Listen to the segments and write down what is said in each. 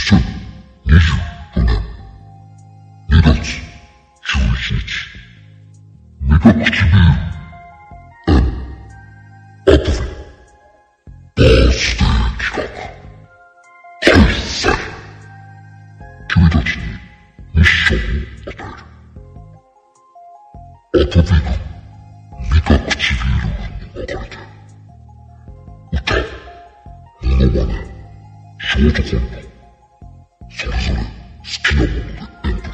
2024年2月11日、目隠しビール M アトフィバースデー企画開催。君たちにミッションを与える。アトフィが目隠しビール軍に分かれて、歌、モノマネ、ショートコント、それぞれ好きなものでエントリー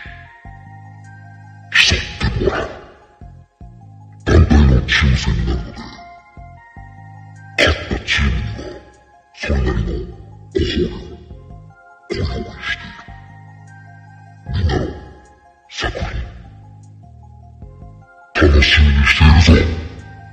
し、競ってもらう。団体の抽選になるので、勝ったチームには、それなりのご褒美をご用意している。みんなの作品、楽しみにしているぞ。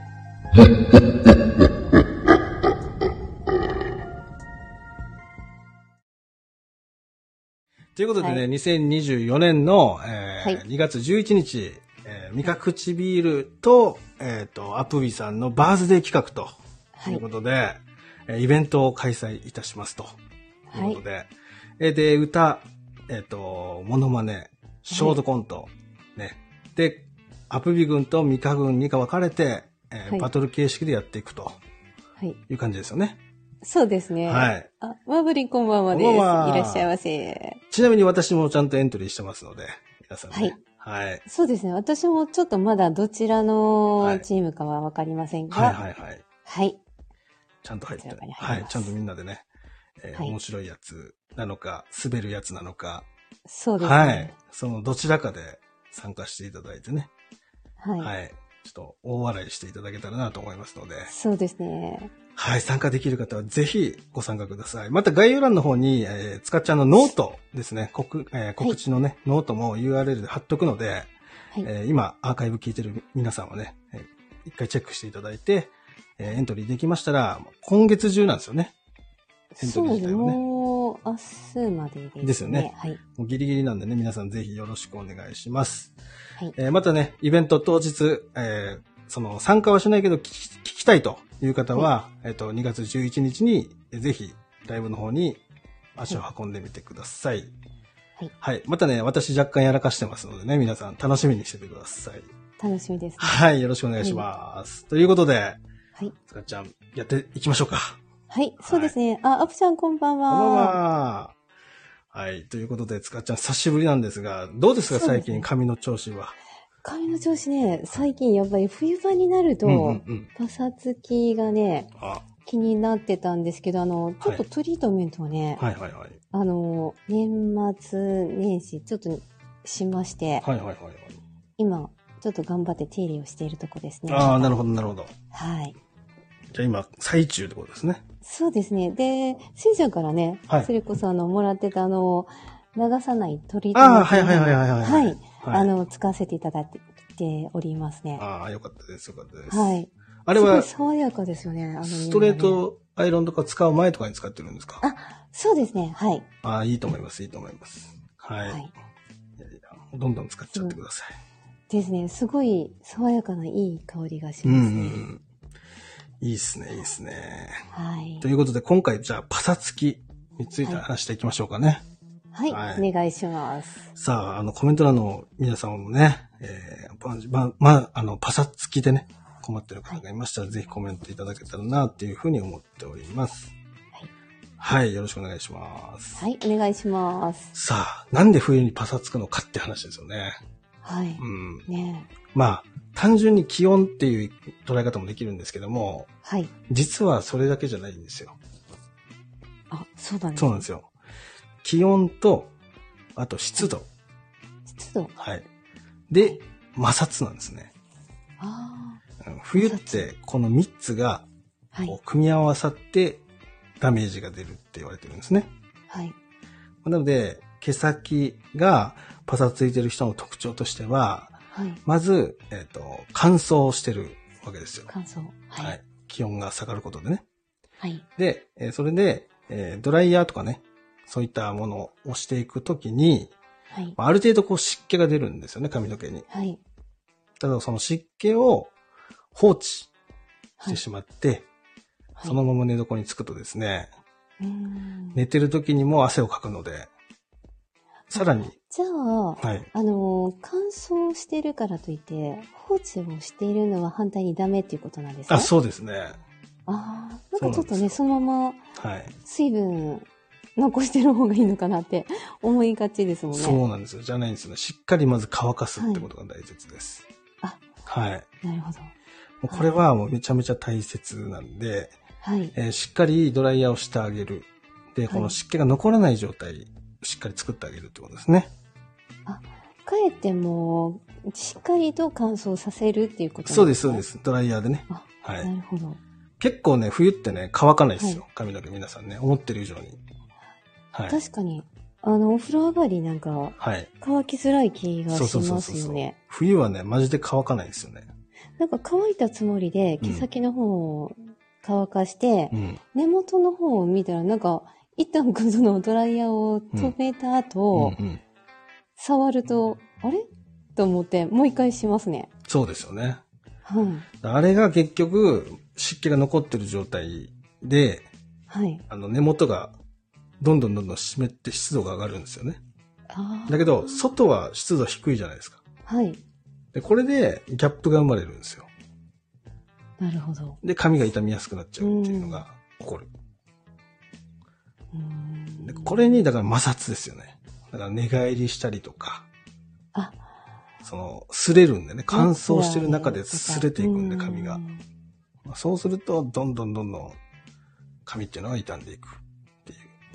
ということでね、はい、2024年の、2月11日、味覚ちビールと、アプビさんのバースデー企画ということで、イベントを開催いたしますということで、で、歌、モノマネ、ショートコント、ね。で、アプビ軍とミカ軍に分かれて、バトル形式でやっていくという感じですよね。 そうですね。はい。あ、マブリンこんばんはです。いらっしゃいませ。 ちなみに私もちゃんとエントリーしてますので、皆さんね。はい。はい。 そうですね。私もちょっとまだどちらのチームかはわかりませんが。 はいはいはい。 はい。 ちゃんと入って、はい。ちゃんとみんなでね、面白いやつなのか、滑るやつなのか。 そうですね。 はい。そのどちらかで参加していただいてね。 はい。 はい。ちょっと大笑いしていただけたらなと思いますので。 そうですね。 はい、参加できる方はぜひご参加ください。また概要欄の方に、つかっちゃんのノートですね、告知のね、ノートも URL で貼っとくので、今アーカイブ聞いてる皆さんはね、一回チェックしていただいて、エントリーできましたら、今月中なんですよね。 エントリー自体はね。もう明日までですね。 ですよね。 はい。 もうギリギリなんでね、皆さんぜひよろしくお願いします。はい。またね、イベント当日、その参加はしないけど聞きたいという方は、2月11日にぜひライブの方に足を運んでみてください。はい。はい。またね、私若干やらかしてますのでね、皆さん楽しみにしててください。 楽しみですね。 はい。よろしくお願いします。ということで、 はい。 つかちゃん、やっていきましょうか。 はい。そうですね。アプちゃんこんばんは。 こんばんは。はい。ということで、つかちゃん久しぶりなんですが、どうですか、最近髪の調子は。 髪の調子ね、最近やっぱり冬場になると、パサつきがね、気になってたんですけど、ちょっとトリートメントをね、年末年始ちょっとしまして、今、ちょっと頑張って手入れをしているとこですね。 ああ、なるほど、なるほど。 はい。 じゃあ今、最中ってことですね。 そうですね。で、しんちゃんからね、それこそもらってた流さないトリートメント。はい。使わせていただいておりますね。 ああ、よかったです、よかったです。 はい。 あれは、 すごい爽やかですよね。 ストレートアイロンとか使う前とかに使ってるんですか？ あ、そうですね。はい。 ああ、いいと思います、いいと思います。はい。はい、どんどん使っちゃってください。 ですね。すごい爽やかないい香りがしますね。 いいっすね、いいっすね。 はい。 ということで、今回、じゃあ、パサつきについて話していきましょうかね。 はい。お願いします。 さあ、コメント欄の皆さんもね、パサつきでね、困ってる方がいましたら、ぜひコメントいただけたらな、っていうふうに思っております。はい。はい、よろしくお願いします。 はい、お願いします。 さあ、なんで冬にパサつくのかって話ですよね。 はい。ねえ。 まあ、単純に気温っていう捉え方もできるんですけども、 はい。 実はそれだけじゃないんですよ。 あ、そうなんですね。 そうなんですよ。気温と、あと湿度。 湿度。 はい。で、摩擦なんですね。冬ってこの3つが組み合わさってダメージが出るって言われてるんですね。 はい。 なので、毛先がパサついてる人の特徴としては、 はい、 まず、乾燥してるわけですよ。 乾燥。 はい。はい、気温が下がることでね。 はい。 で、それで、ドライヤーとかね、そういったものをしていくときに、 はい、 ある程度こう湿気が出るんですよね、髪の毛に。 はい。 ただその湿気を放置してしまって、はい、そのまま寝床につくとですね、 寝てる時にも汗をかくので、さらに。 じゃあ、はい、乾燥してるからといって、放置をしているのは反対にダメっていうことなんですか？ そうですね。 なんかちょっとね、そのまま、水分、残してる方がいいのかなって思いがちですもんね。 そうなんですよ。じゃないんですよね。しっかりまず乾かすってことが大切です。はい。 なるほど。 これはもうめちゃめちゃ大切なんで、しっかりドライヤーをしてあげる。で、この湿気が残らない状態、しっかり作ってあげるってことですね。 かえってもう、しっかりと乾燥させるっていうことなんですか？そうです、そうです。ドライヤーでね。 はい。なるほど。 結構ね、冬ってね、乾かないですよ。髪の毛皆さんね、思ってる以上に。 確かに、お風呂上がりなんか、乾きづらい気がしますよね。 冬はね、マジで乾かないですよね。 なんか乾いたつもりで、毛先の方を乾かして、根元の方を見たら、なんか、一旦そのドライヤーを止めた後、触ると、あれと思って、もう一回しますね。 そうですよね。あれが結局、湿気が残ってる状態で、根元がどんどん湿って湿度が上がるんですよね。だけど、外は湿度低いじゃないですか。で、これでギャップが生まれるんですよ。 なるほど。 で、髪が傷みやすくなっちゃうっていうのが起こる。でこれに、だから摩擦ですよね。だから寝返りしたりとか。擦れるんでね、乾燥してる中で擦れていくんで、髪が。そうすると、どんどん髪っていうのは傷んでいくって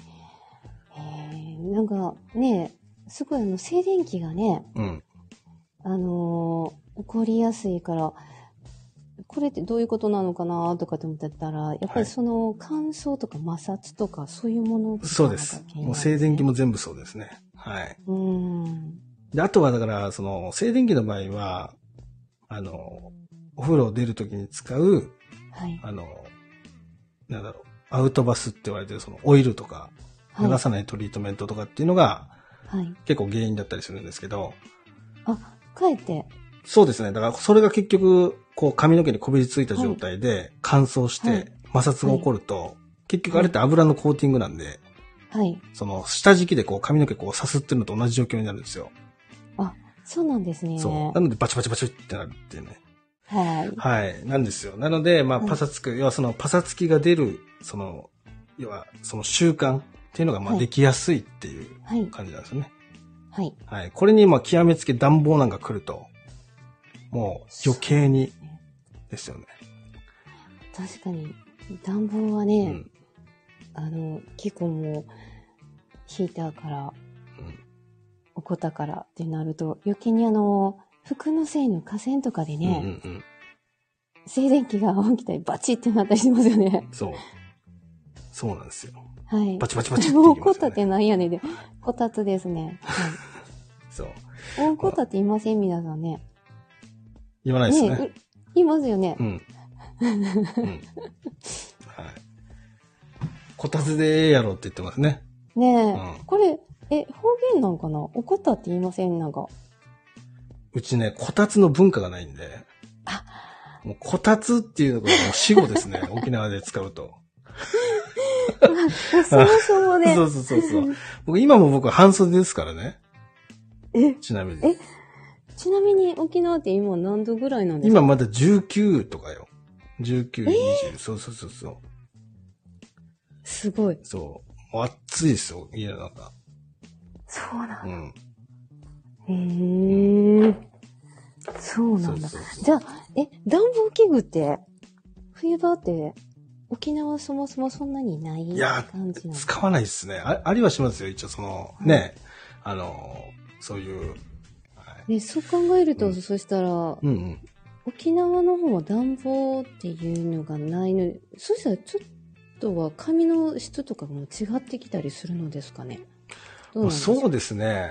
いう。なんかね、すごい静電気がね、起こりやすいから、これってどういうことなのかなとかって思ってたら、やっぱりその乾燥とか摩擦とかそういうもの、 そうです。もう静電気も全部そうですね。はい。で、あとはだから、静電気の場合は、お風呂出るときに使う、なんだろう、アウトバスって言われてるオイルとか、流さないトリートメントとかっていうのが、結構原因だったりするんですけど。 かえって。 そうですね。だから、それが結局、髪の毛にこびりついた状態で乾燥して摩擦が起こると、結局あれって油のコーティングなんで、下敷きで髪の毛さすってるのと同じ状況になるんですよ。 そうなんですね。 そう。なのでバチバチバチってなるっていうね。はい。なんですよ。なので、パサつく、要はパサつきが出る、要は習慣っていうのができやすいっていう感じなんですよね。はい。これに極めつけ暖房なんか来ると、もう余計にですよね。 確かに、暖房はね、結構もう、ヒーターから、おこたからってなると、余計に服の繊維の架線とかでね、静電気が起きたりバチってなったりしますよね。 そう。そうなんですよ。 はい。 バチバチバチって言いますよね。 こたってなんやねんで、こたつですね。はい。 そう。 大こたって言いません皆さんね。 言わないですね。 言いますよね。 はい。こたつでええやろって言ってますね。 ねえ。これ、方言なんかな？おこたって言いませんなんか。 うちね、こたつの文化がないんで。もうこたつっていうのがもう死語ですね。沖縄で使うと。 そもそもね。 そう。今も僕半袖ですからね。ちなみに。 ちなみに沖縄って今何度ぐらいなんですか？ 今まだ19とかよ。19、20。そう。 すごい。 そう。もう暑いですよ、家の中。 そうなんだ。そうなんだ。じゃあ、暖房器具って、冬場って、沖縄そもそもそんなにない感じなんですか？ 使わないですね。ありはしますよ、一応ね、そういう。 そう考えると、そしたら、沖縄の方は暖房っていうのがないので、そしたらちょっとは髪の質とかも違ってきたりするのですかね？ そうですね。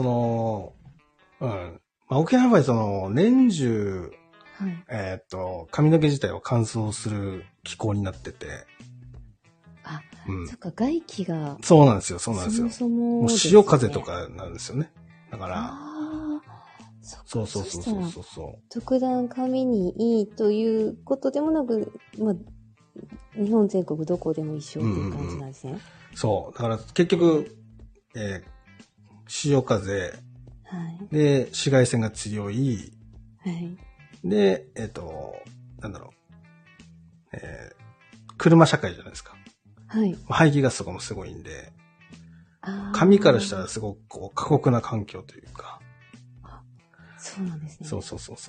沖縄は年中、髪の毛自体は乾燥する気候になってて。 そっか、外気が。 そうなんですよ。そもそも。 もう潮風とかなんですよね。だから。そう。 特段髪にいいということでもなく、 日本全国どこでも一緒っていう感じなんですね。 そう。だから結局、潮風、 はい。 で、紫外線が強い、 はい。 で、なんだろう、車社会じゃないですか。 はい。 排気ガスとかもすごいんで、 ああ。 髪からしたらすごくこう過酷な環境というか。 そうなんですね。 そうそうそうそう。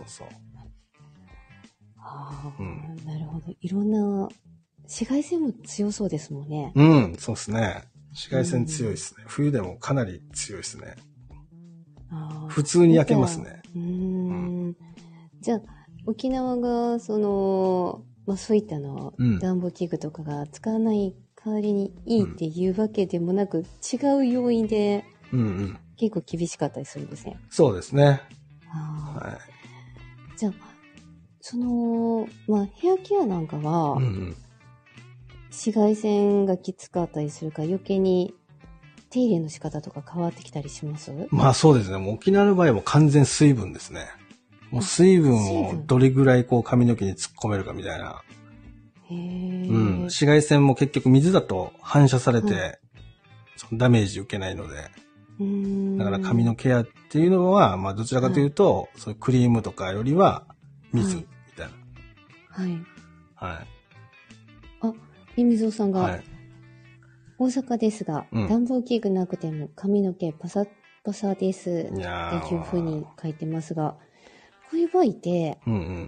ああ、なるほど。いろんな、紫外線も強そうですもんね。 うん、そうですね。紫外線強いですね。冬でもかなり強いですね。普通に焼けますね。 じゃあ、沖縄が、そういった暖房器具とかが使わない代わりにいいっていうわけでもなく、違う要因で、結構厳しかったりするんですね。 そうですね。 はい、じゃあ、ヘアケアなんかは、紫外線がきつかったりするから余計に手入れの仕方とか変わってきたりします？ まあそうですね。もう沖縄の場合はもう完全水分ですね。もう水分をどれぐらいこう髪の毛に突っ込めるかみたいな。紫外線も結局水だと反射されて、そのダメージ受けないので。だから髪のケアっていうのは、まあどちらかというと、そういうクリームとかよりは水みたいな。 はい。 はい。 あ、みみぞうさんが、大阪ですが、暖房器具なくても髪の毛パサッパサです。っていうふうに書いてますが、こういう場合って、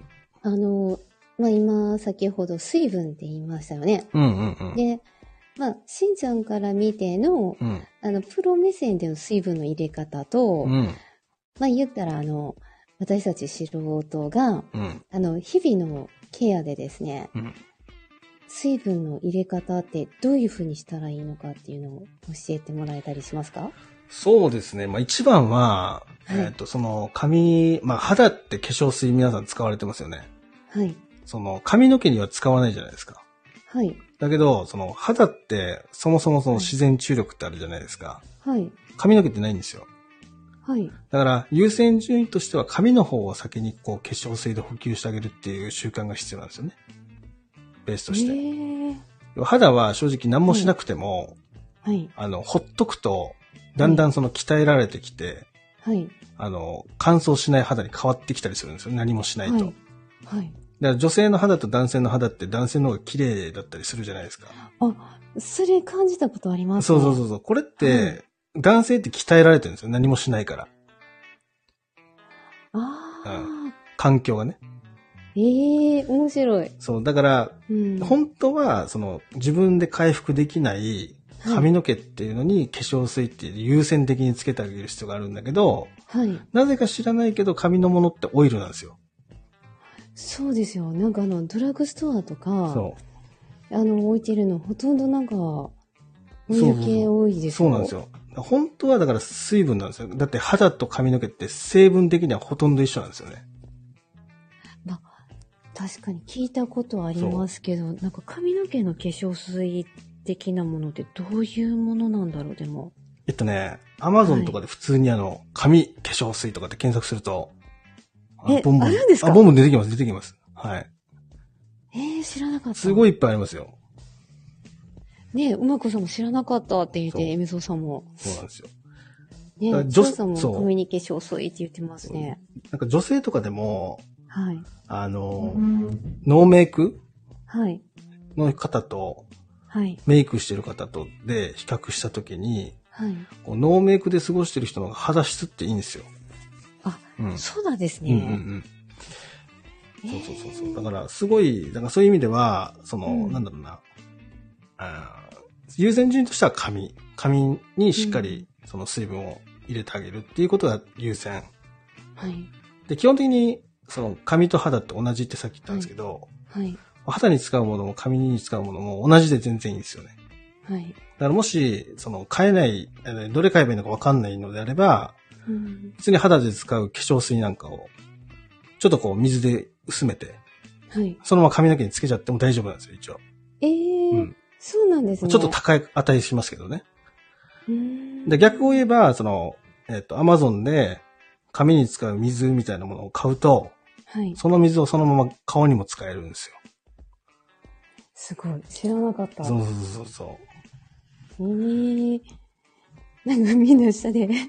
今、先ほど水分って言いましたよね。で、しんちゃんから見ての、プロ目線での水分の入れ方と、言ったら、私たち素人が、日々のケアでですね、水分の入れ方ってどういうふうにしたらいいのかっていうのを教えてもらえたりしますか？ そうですね。一番は、髪、肌って化粧水皆さん使われてますよね。 はい。 髪の毛には使わないじゃないですか。 はい。 だけど、肌って、そもそも自然注力ってあるじゃないですか。 はい。 髪の毛ってないんですよ。 はい。 だから、優先順位としては髪の方を先に化粧水で補給してあげるっていう習慣が必要なんですよね。ベースとして。肌は正直何もしなくても、ほっとくと、だんだん鍛えられてきて、乾燥しない肌に変わってきたりするんですよ。何もしないと。だから女性の肌と男性の肌って男性の方が綺麗だったりするじゃないですか。 あ、それ感じたことありますね。そう。これって、男性って鍛えられてるんですよ。何もしないから。環境がね。 面白い。 そう、だから、本当は、自分で回復できない髪の毛っていうのに化粧水って優先的につけてあげる必要があるんだけど、なぜか知らないけど髪のものってオイルなんですよ。 そうですよ。なんかドラッグストアとか、置いてるのほとんどなんか、オイル系多いですよ。 そうなんですよ。本当はだから水分なんですよ。だって肌と髪の毛って成分的にはほとんど一緒なんですよね。 確かに聞いたことありますけど、なんか髪の毛の化粧水的なものってどういうものなんだろう、でも。 Amazon とかで普通に髪化粧水とかって検索すると、 あるんですか？ ボンボン出てきます。はい。 知らなかった。 すごいいっぱいありますよ。 ねえ、うまこさんも知らなかったって言って、エミゾさんも。 そうなんですよ。 ねえ、ジョーさんも髪に化粧水って言ってますね。 なんか女性とかでも、 はい。 ノーメイクの方と、メイクしてる方とで比較したときに、ノーメイクで過ごしてる人の肌質っていいんですよ。 そうなんですね。 そう。だからすごい、だからそういう意味では、なんだろうな、優先順位としては髪にしっかりその水分を入れてあげるっていうことが優先。で、基本的に髪と肌って同じってさっき言ったんですけど、肌に使うものも髪に使うものも同じで全然いいんですよね。だからもし、変えない、どれ買えばいいのかわかんないのであれば、普通に肌で使う化粧水なんかを、ちょっと水で薄めて、そのまま髪の毛につけちゃっても大丈夫なんですよ、一応。 そうなんですね。 ちょっと高い値しますけどね。で、逆を言えば、Amazon で髪に使う水みたいなものを買うと、その水をそのまま顔にも使えるんですよ。 すごい。知らなかった。 そうそうそうそう。 なんかみんな下で、はい、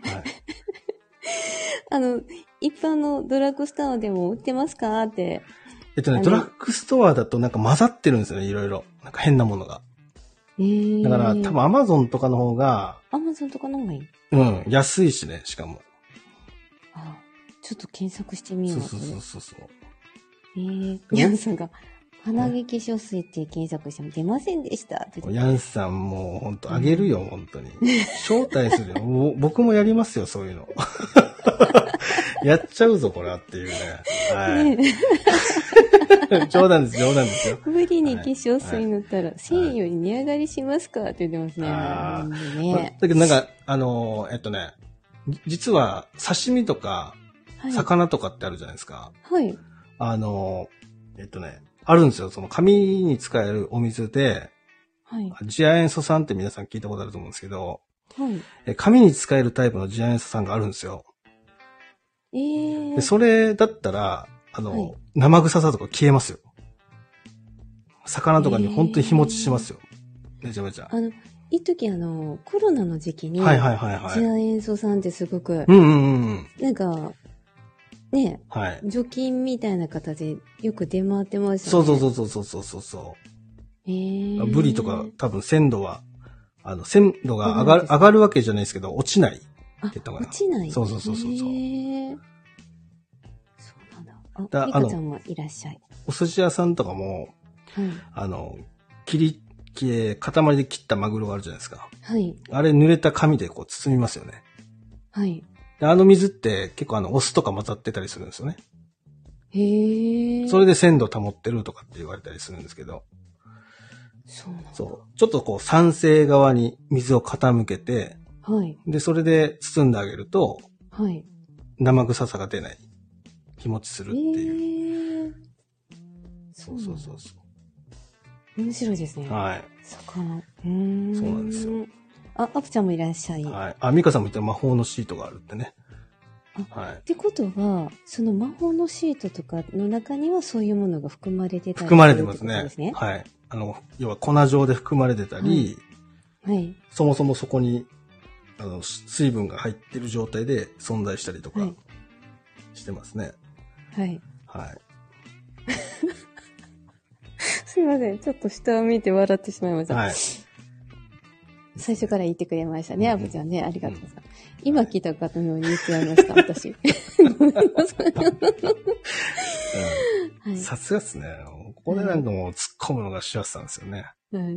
はい一般のドラッグストアでも売ってますかって。 ドラッグストアだとなんか混ざってるんですよね、いろいろ。なんか変なものが。だから多分アマゾンとかの方が。 アマゾンとかの方がいい？ うん、安いしね、しかも。 あ、ちょっと検索してみよう。 そうそうそう。 ヤンさんが、鼻毛化粧水って検索しても出ませんでしたって。 ヤンさんもうほんとあげるよ、本当に。招待するよ。僕もやりますよ、そういうの。やっちゃうぞ、これはっていうね。はい。ね冗談ですよ。 無理に化粧水塗ったら、1000円より値上がりしますかって言ってますね。 ね。だけどなんか、実は刺身とか、魚とかってあるじゃないですか。 はい。 あるんですよ。その紙に使えるお水で、はい。次亜塩素酸って皆さん聞いたことあると思うんですけど、はい。紙に使えるタイプの次亜塩素酸があるんですよ。でそれだったら、はい、生臭さとか消えますよ。魚とかに本当に日持ちしますよ。めちゃめちゃ。 一時コロナの時期に、 はいはいはいはい。 次亜塩素酸ってすごく、なんか、ね、はい。除菌みたいな形でよく出回ってましたね。 そう。ブリとか多分鮮度は、鮮度が上がるわけじゃないですけど、落ちないって言ったかな。 落ちない？ そう。 そうなんだ。リカちゃんもいらっしゃい。 お寿司屋さんとかも、はい、塊で切ったマグロがあるじゃないですか。はい。あれ濡れた紙でこう包みますよね。はい。で水って結構お酢とか混ざってたりするんですよね。へー。それで鮮度保ってるとかって言われたりするんですけど。 そうなんだ。 そう。ちょっとこう酸性側に水を傾けて、はい。で、それで包んであげると、はい。生臭さが出ない。日持ちするっていう。そう。 面白いですね。 はい。 魚。 そうなんですよ。 アプちゃんもいらっしゃい。 はい。ミカさんも言った魔法のシートがあるってね。 はい。ってことは、その魔法のシートとかの中にはそういうものが含まれてたりするってことですね。含まれてますね。 はい。要は粉状で含まれてたり、はい。そもそもそこに、水分が入ってる状態で存在したりとかしてますね。 はい。 はい。 すいません。ちょっと下を見て笑ってしまいました。はい。最初から言ってくれましたね、アブちゃんね。ありがとうございます。今聞いた方のように言ってやりました、私。ごめんなさい。さすがっすね。ここでなんかもう突っ込むのがしわさんですよね。ね。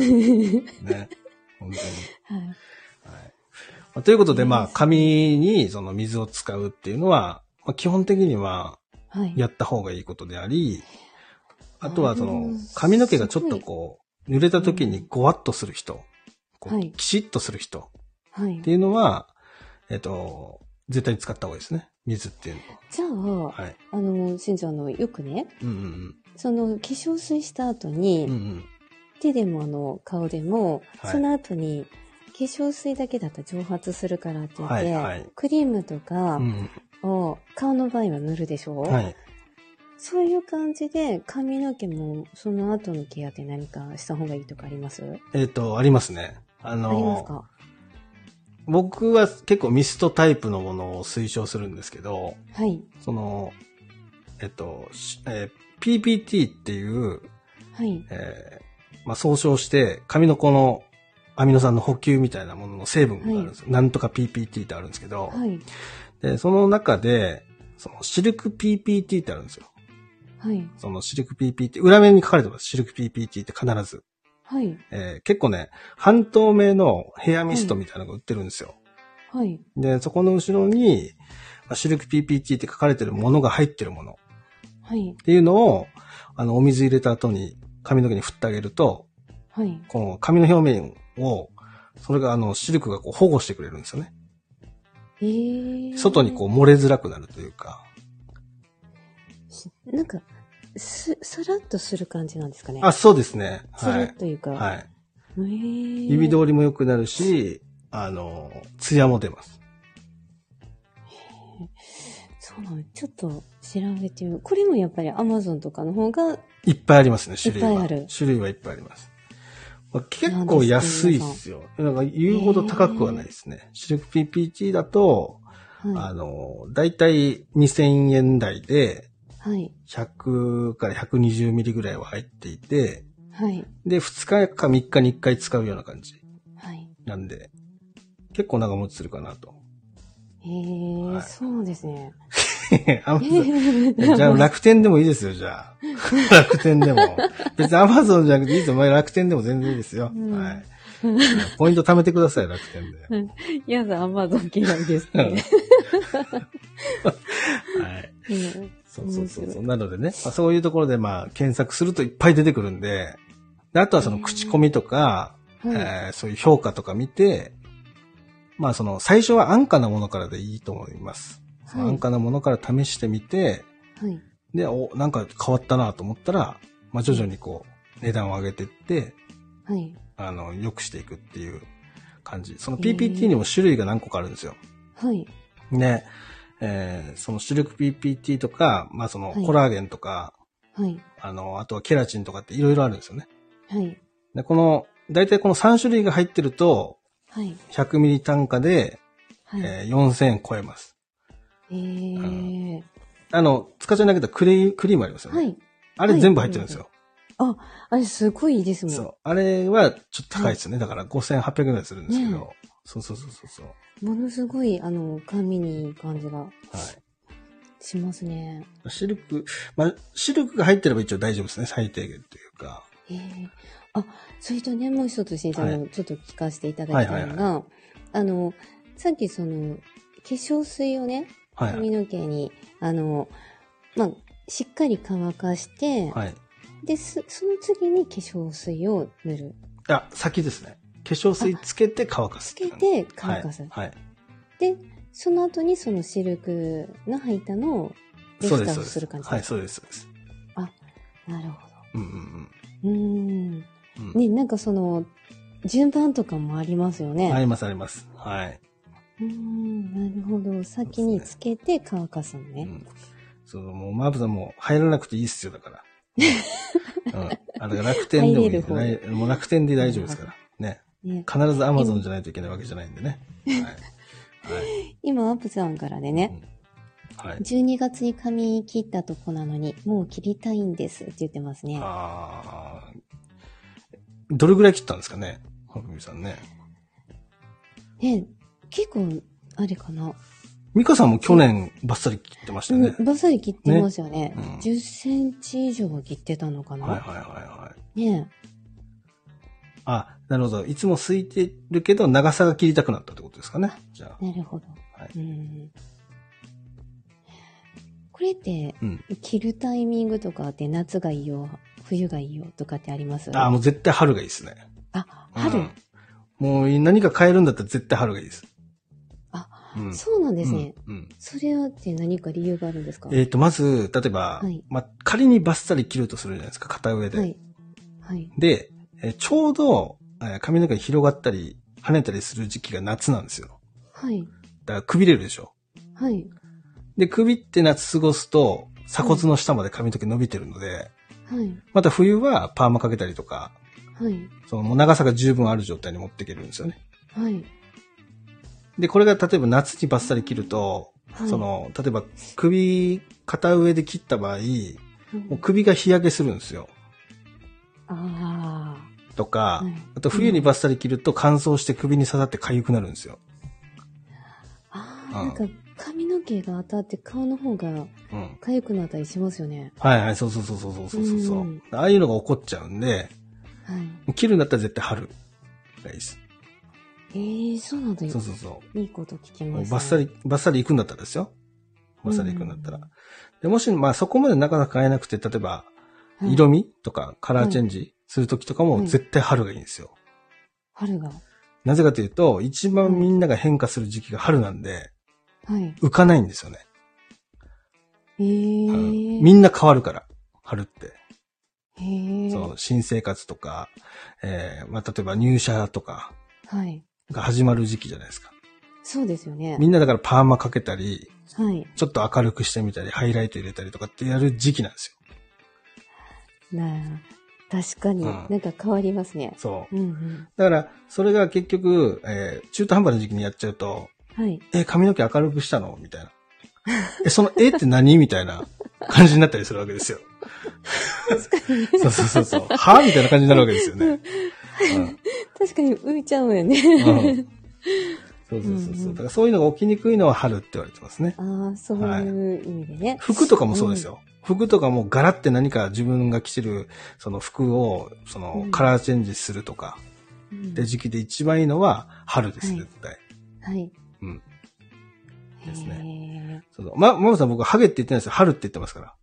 本当に。はい。ということで、紙にその水を使うっていうのは、基本的には、やった方がいいことであり、あとはその、髪の毛がちょっとこう、濡れた時にゴワッとする人。キシッとする人っていうのは、絶対に使った方がいいですね。水っていうのは。じゃあ、しんちゃんよくね、その化粧水した後に、手でも顔でも、その後に化粧水だけだと蒸発するからって言って、クリームとかを顔の場合は塗るでしょ？はい。そういう感じで髪の毛もその後のケアって何かした方がいいとかあります？ ありますね。 ありますか？ 僕は結構ミストタイプのものを推奨するんですけど、 はい。 その、PPT っていう、はい。総称して髪のこのアミノ酸の補給みたいなものの成分があるんですよ。はい、なんとか PPT ってあるんですけど、はい。で、その中で、そのシルク PPT ってあるんですよ。はい。そのシルク PPT、裏面に書かれてます。シルク PPT って必ず。はい。結構ね、半透明のヘアミストみたいなのが売ってるんですよ。はい。で、そこの後ろに、シルク PPT って書かれてるものが入ってるもの。はい。っていうのを、お水入れた後に髪の毛に振ってあげると、はい。この髪の表面を、それがシルクがこう保護してくれるんですよね。外にこう漏れづらくなるというか。 なんか、さらっとする感じなんですかね。 あ、そうですね。 さらっというか。 はい。指通りも良くなるし、艶も出ます。 そそうなの。ちょっと調べてみる。これもやっぱり Amazon とかの方がいっぱいありますね、種類は。 いっぱいある。 種類はいっぱいあります。結構安いですよ。なんか言うほど高くはないですね。シルク PPT だと、 はい、 だいたい2000円台で、 はい。 100から120ミリぐらいは入っていて、 はい。 で、2日か3日に1回使うような感じ。 はい。 なんで、結構長持ちするかなと。 へえ、はい、そうですね。 じゃあ楽天でもいいですよ、じゃあ。楽天でも。別に Amazon じゃなくていいですよ。楽天でも全然いいですよ。はい。ポイント貯めてください、楽天で。 やだ、Amazon 嫌いですね。 はい。そう。なのでね、そういうところで検索するといっぱい出てくるんで、あとはその口コミとか、そういう評価とか見て、最初は安価なものからでいいと思います。はい、安価なものから試してみて、はい、で、なんか変わったなと思ったら、徐々に値段を上げていって、はい、良くしていくっていう感じ。その PPT にも種類が何個かあるんですよ。はい。ね、そのシルク PPT とか、そのコラーゲンとか、はい。あとはケラチンとかっていろいろあるんですよね。はい。で、だいたいこの3種類が入ってると、はい。100ミリ単価で、はい、4000円超えます。使っちゃなくてクリームありますよね。はい。あれ全部入ってるんですよ。 あれすごいいいですもん。 そう。あれはちょっと高いですよね。だから5800円ぐらいするんですけど。ね、そう。 ものすごい、紙にいい感じが。はい。しますね。 シルクが入ってれば一応大丈夫ですね。最低限というか。 それとね、もう一つしんちゃんのちょっと聞かせていただきたいのが、さっき化粧水をね、髪の毛に、しっかり乾かして、はい、で、その次に化粧水を塗る。 先ですね。化粧水つけて乾かす。 つけて乾かす。はい。で、その後にそのシルクの入ったのをレフターをする感じですか？ はい、そうです。 なるほど。ね、なんか順番とかもありますよね。 あります。はい。 なるほど。先につけて乾かすのね。 もうマーブさんも入らなくていいっすよ、だから。だから楽天でもいい。もう楽天で大丈夫ですから。ね。必ず Amazon じゃないといけないわけじゃないんでね。はい。 今、アップさんからでね。はい。12月に髪切ったとこなのに、もう切りたいんですって言ってますね。 どれぐらい切ったんですかね、はふみさんね。 結構、あれかな。 ミカさんも去年バッサリ切ってましたね。 バッサリ切ってますよね。10センチ以上は切ってたのかな。はい。ねなるほど。いつも空いてるけど、長さが切りたくなったってことですかね。じゃあ。 なるほど。はい。これって、切るタイミングとかって夏がいいよ、冬がいいよとかってあります？ もう絶対春がいいですね。 春、 もう何か変えるんだったら絶対春がいいです。 そうなんですね。それはって何か理由があるんですか？ まず、例えば、仮にバッサリ切るとするじゃないですか、片上で。はい。で、ちょうど、髪の毛が広がったり、跳ねたりする時期が夏なんですよ。はい。だからくびれるでしょ。はい。で、首って夏過ごすと、鎖骨の下まで髪の毛伸びてるので、はい。また冬はパーマかけたりとか、はい。もう長さが十分ある状態に持っていけるんですよね。はい。で、これが例えば夏にバッサリ切ると、はい、例えば片上で切った場合、もう首が日焼けするんですよ。とか、あと冬にバッサリ切ると乾燥して首に刺さって痒くなるんですよ。 なんか髪の毛が当たって顔の方が痒くなったりしますよね。 はい、そう。ああいうのが起こっちゃうんで、切るんだったら絶対春がいいです。 そうなんだよ。 そう。 いいこと聞きます、 ね。バッサリ行くんだったらですよ。バッサリ行くんだったら。で、もし、そこまでなかなか変えなくて、例えば、色味とかカラーチェンジするときとかも絶対春がいいんですよ。 春が。 なぜかというと、一番みんなが変化する時期が春なんで、浮かないんですよね。みんな変わるから、春って。新生活とか、例えば入社とか、が始まる時期じゃないですか。 そうですよね。 みんなだからパーマかけたりはい。 ちょっと明るくしてみたり、ハイライト入れたりとかってやる時期なんですよ。 確かに、なんか変わりますね。 そう。 うんうん、 だから、それが結局、中途半端な時期にやっちゃうと、 はい。 髪の毛明るくしたのみたいな。そのって何みたいな感じになったりするわけですよ。 確かに。 そう。はみたいな感じになるわけですよね。うん、 確かに浮いちゃうよね。 そう。だからそういうのが起きにくいのは春って言われてますね。 ああ、そういう意味でね、はい。 服とかもそうですよ。服とかもガラって何か自分が着てるその服をカラーチェンジするとか、って時期で一番いいのは春です、絶対。 はい。 うん。ですね。ママさん僕はハゲって言ってないですよ。春って言ってますから。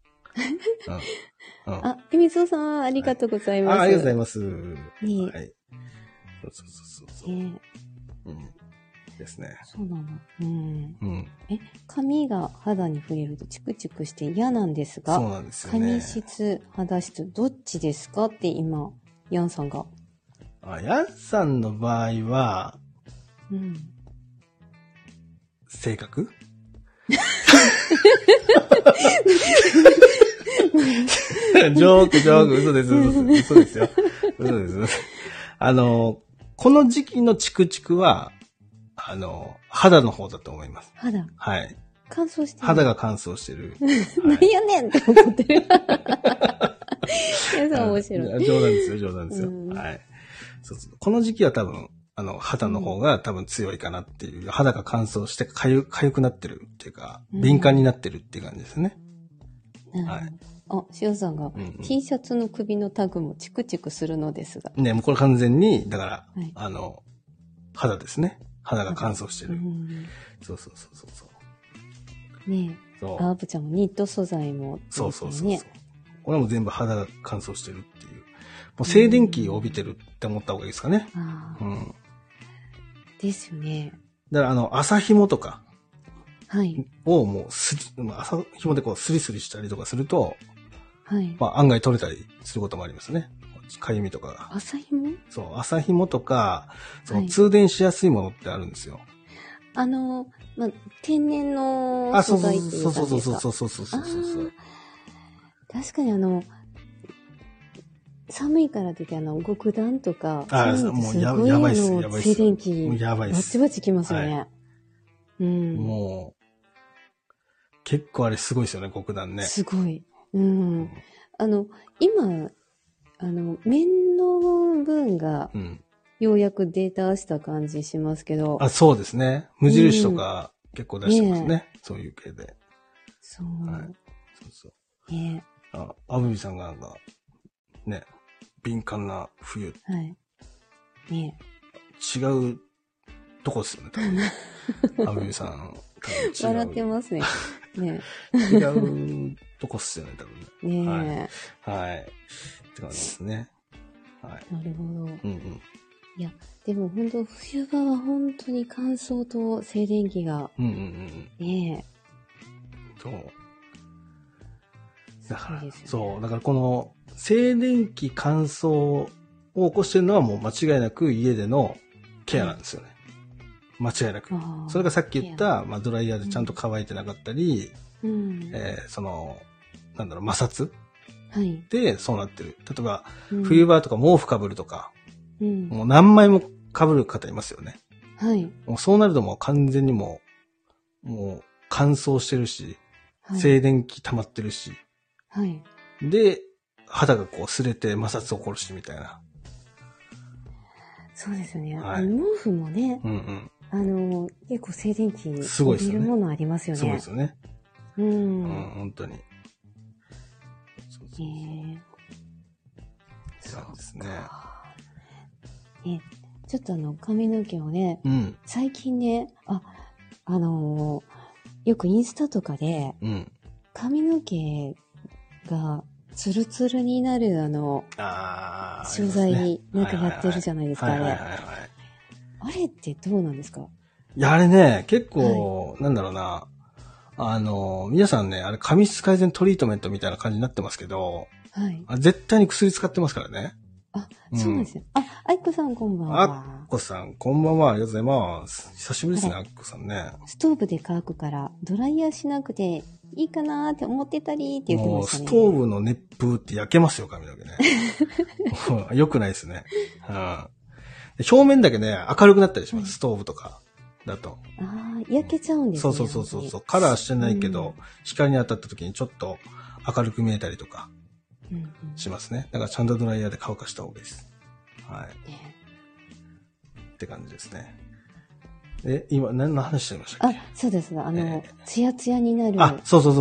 あ、ひみつおさん、ありがとうございます。 ありがとうございます。はい。そう。ですね。 そうなの。髪が肌に触れるとチクチクして嫌なんですが、 そうなんですよね。 髪質、肌質、どっちですかって今、ヤンさんが。 ヤンさんの場合は、性格ジョーク、嘘ですよ。嘘です。この時期のチクチクは、肌の方だと思います。 肌はい。 乾燥してる。 肌が乾燥してる。 何やねんって思ってる。面白い。 冗談ですよ。はい。そうこの時期は多分、肌の方が多分強いかなっていう、肌が乾燥して痒くなってるっていうか、敏感になってるっていう感じですね。 はい。あ、塩さんが、T シャツの首のタグもチクチクするのですが。 ね、もうこれ完全に、だから、肌ですね。肌が乾燥してる。そう。 ねえ。アープちゃんもニット素材も、 そう。これはもう全部肌が乾燥してるっていう。もう静電気を帯びてるって思った方がいいですかね。 ですよね。 だから麻紐とか。 はい。 をもう麻紐でこうスリスリしたりとかすると、 はい。 まあ案外取れたりすることもありますね。かゆみとかが。 麻紐？ そう、麻紐とか、通電しやすいものってあるんですよ。 まあ、天然の素材っていうか。 そう。 確かに寒いからといって極暖とか、 もうやばいっす。 静電気、 やばいっす。 バチバチきますよね。 もう、結構あれすごいですよね、極暖ね。 すごい。今、面の分が、ようやくデータした感じしますけど。 そうですね。無印とか結構出してますね。そういう系で。 そう。 そう。アブビさんがね、敏感な冬。 はい。ね違うとこですよね、多分。アブビさん。 笑ってますね。ね違うとこっすよね、多分ね。ねえ。はい。って感じですね。はい。 なるほど。いや、でも本当冬場は本当に乾燥と静電気が。ねそう。だから、そう。だからこの静電気乾燥を起こしてるのはもう間違いなく家でのケアなんですよね。間違いなく。それがさっき言った、まあ、ドライヤーでちゃんと乾いてなかったり、摩擦でそうなってる。例えば、冬場とか毛布かぶるとか、もう何枚もかぶる方いますよね。 はい。 もうそうなるともう完全にもう乾燥してるし、静電気溜まってるし、 はい。 で、肌がこう擦れて摩擦を起こるしみたいな。 そうですよね。毛布もね、結構静電気を帯びるものありますよね。 そうですよね。本当に。そうですね。 ちょっと髪の毛をね、最近ね、よくインスタとかで、髪の毛がツルツルになる商材になんかやってるじゃないですか、あれ。あれってどうなんですか？ いや、あれね、結構、なんだろうな。皆さんね、あれ髪質改善トリートメントみたいな感じになってますけど、絶対に薬使ってますからね。 あ、そうなんですよ。あいこさんこんばんは。 あっこさん、こんばんは。ありがとうございます。久しぶりですね、あっこさんね。 ストーブで乾くから、ドライヤーしなくていいかなーって思ってたりって言ってましたね。 もう、ストーブの熱風って焼けますよ、髪の毛ね。よくないですね。表面だけね、明るくなったりします、ストーブとかだと。 焼けちゃうんですね。 そう。カラーしてないけど、光に当たった時にちょっと明るく見えたりとかしますね。だからちゃんとドライヤーで乾かした方がいいです。はい。って感じですね。今何の話してましたっけ？ そうです。ツヤツヤになる。 そう。はい。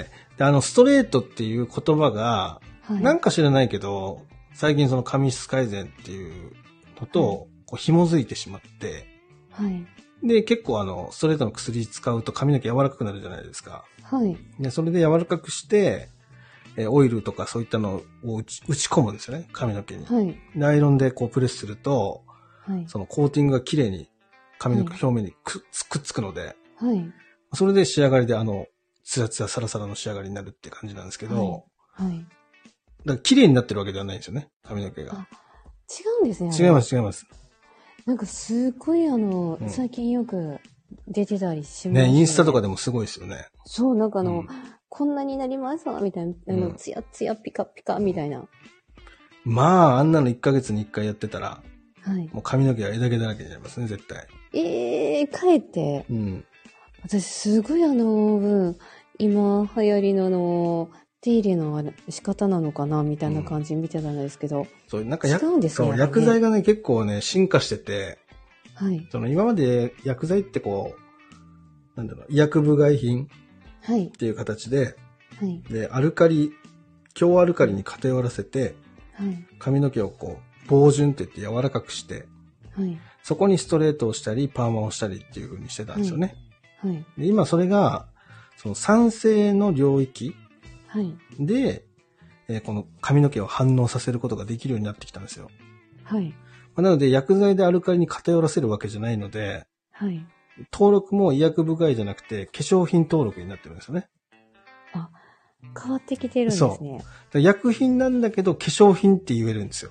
で、ストレートっていう言葉が、なんか知らないけど、最近その髪質改善っていうのと、こう紐づいてしまって、 はい。 で、結構ストレートの薬使うと髪の毛柔らかくなるじゃないですか。 はい。 で、それで柔らかくして、オイルとかそういったのを打ち込むんですよね、髪の毛に。 はい。 で、アイロンでこうプレスすると、 はい。 そのコーティングが綺麗に髪の毛表面にくっつくので、 はい。 それで仕上がりでツヤツヤサラサラの仕上がりになるって感じなんですけど、 はい。 だから綺麗になってるわけではないんですよね、髪の毛が。 違うんですね。 違います。 なんかすごい最近よく出てたりしますね。 インスタとかでもすごいですよね。 そう、なんかこんなになりましたみたいな、ツヤツヤピカピカみたいな。 まあ、あんなの1ヶ月に1回やってたら、 はい。 もう髪の毛が枝毛だらけになりますね、絶対。 かえって。私すごい今流行りの手入れの仕方なのかなみたいな感じで見てたんですけど。 そう、なんか違うんですね。 そう、薬剤がね、結構ね、進化してて、 はい。 今まで薬剤ってこう、医薬部外品っていう形で、 はい。 で、強アルカリに偏らせて、 はい。 髪の毛をこう、防潤って言って柔らかくして、 はい。 そこにストレートをしたり、パーマをしたりっていう風にしてたんですよね。 はい。 で、今それが、その酸性の領域で、この髪の毛を反応させることができるようになってきたんですよ。 はい。 なので、薬剤でアルカリに偏らせるわけじゃないので、 はい。 登録も医薬部外じゃなくて、化粧品登録になってるんですよね。 変わってきてるんですね。 そう。薬品なんだけど、化粧品って言えるんですよ。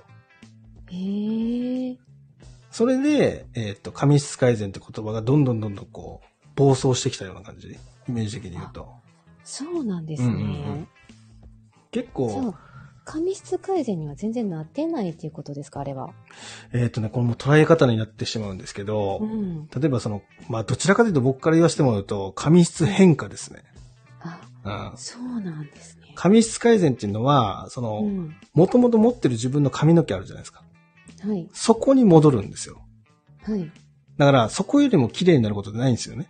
それで、髪質改善って言葉がどんどんこう、暴走してきたような感じ。イメージ的に言うと。 そうなんですね。 結構。そう。 髪質改善には全然なってないっていうことですか、あれは。 これも捉え方になってしまうんですけど、例えばどちらかというと僕から言わせてもらうと、髪質変化ですね。 そうなんですね。 髪質改善っていうのは、もともと持ってる自分の髪の毛あるじゃないですか。 はい。 そこに戻るんですよ。 はい。 だから、そこよりも綺麗になることってないんですよね。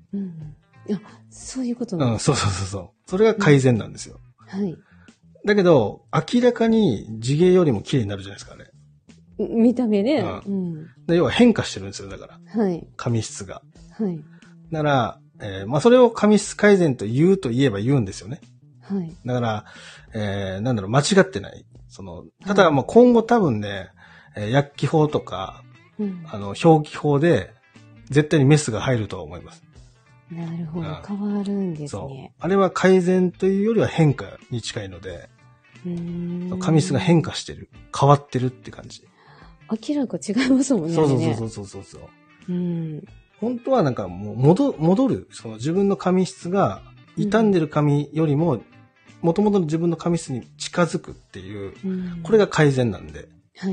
そういうことなんですね。そう。それが改善なんですよ。 はい。 だけど、明らかに地毛よりも綺麗になるじゃないですか、ね。 見た目ね。 要は変化してるんですよ、だから。 はい。 髪質が。 はい。 だから、それを髪質改善と言えば言うんですよね。 はい。 だから、間違ってない。ただ、今後多分ね、薬機法とか、表記法で、絶対にメスが入ると思います。 なるほど、変わるんですね。 あれは改善というよりは変化に近いので、髪質が変化してる。変わってるって感じ。 明らか違いますもんね。 そう。本当はもう戻る。自分の傷質が傷んでる髪よりも、もともとの自分の髪質に近づくっていう、これが改善なんで。 はい。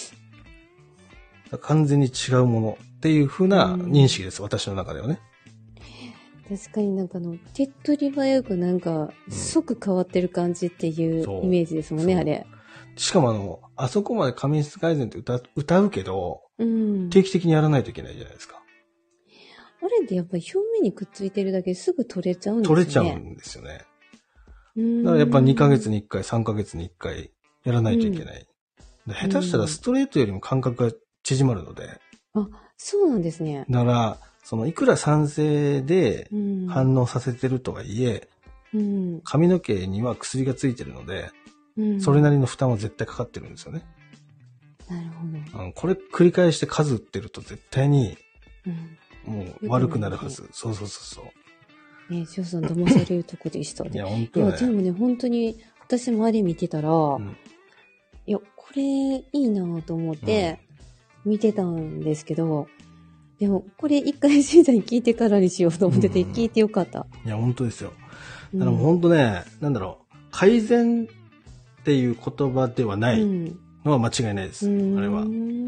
完全に違うものっていう風な認識です、私の中ではね。 確かに手っ取り早く即変わってる感じっていうイメージですもんね、あれ。 しかもあそこまで髪質改善って歌うけど、定期的にやらないといけないじゃないですか。 あれってやっぱり表面にくっついてるだけですぐ取れちゃうんですね。 取れちゃうんですよね。だからやっぱ2ヶ月に1回、3ヶ月に1回やらないといけない。下手したらストレートよりも間隔が縮まるので。 そうなんですね。 だから、いくら酸性で反応させてるとはいえ、髪の毛には薬がついてるので、それなりの負担は絶対かかってるんですよね。 なるほど。 これ繰り返して数打ってると絶対に、もう悪くなるはず。そう。 ね、翔さん騙されるとこでしたね。 いや、本当ね。 でもね、本当に、私もあれ見てたら、 いや、これいいなと思って見てたんですけど、でも、これ一回しんちゃんに聞いてからにしようと思ってて、聞いてよかった。 いや、本当ですよ。だからもう本当ね、なんだろう、改善っていう言葉ではないのは間違いないです。あれは。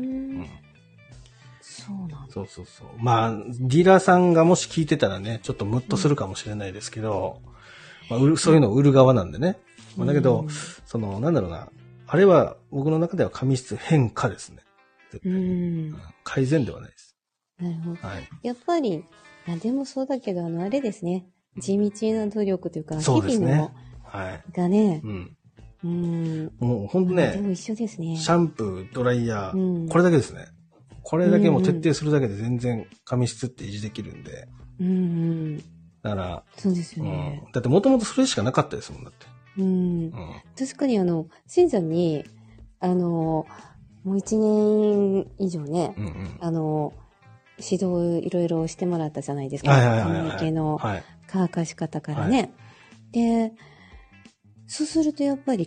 そうなんだ。 そうそうそう。まあ、ディーラーさんがもし聞いてたらね、ちょっとムッとするかもしれないですけど、まあ、そういうのを売る側なんでね。まあ、だけど、なんだろうな。あれは僕の中では紙質変化ですね。改善ではないです。 なるほど。はい、やっぱり、でもそうだけど、あれですね。地道な努力というか、 そうですね、 日々の、がね、 もう本当ね、 でも一緒ですね。 シャンプー、ドライヤー、これだけですね。これだけも徹底するだけで全然紙質って維持できるんで。だから、 そうですよね。 だってもともとそれしかなかったですもん、だって。 確かにしんちゃんに、もう1年以上ね、指導いろいろしてもらったじゃないですか。髪の毛の乾かし方からね。で、そうするとやっぱり、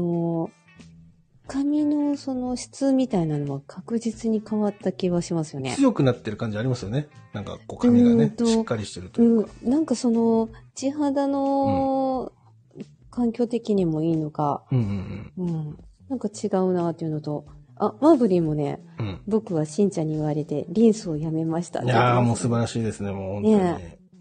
髪のその質みたいなのは確実に変わった気はしますよね。 強くなってる感じありますよね。なんかこう髪がね、しっかりしてるというか。 なんかその、地肌の環境的にもいいのか、なんか違うなっていうのと、マーブリーもね、僕はしんちゃんに言われて、リンスをやめましたって言ってますね。いやーもう素晴らしいですね、もう本当に。はい。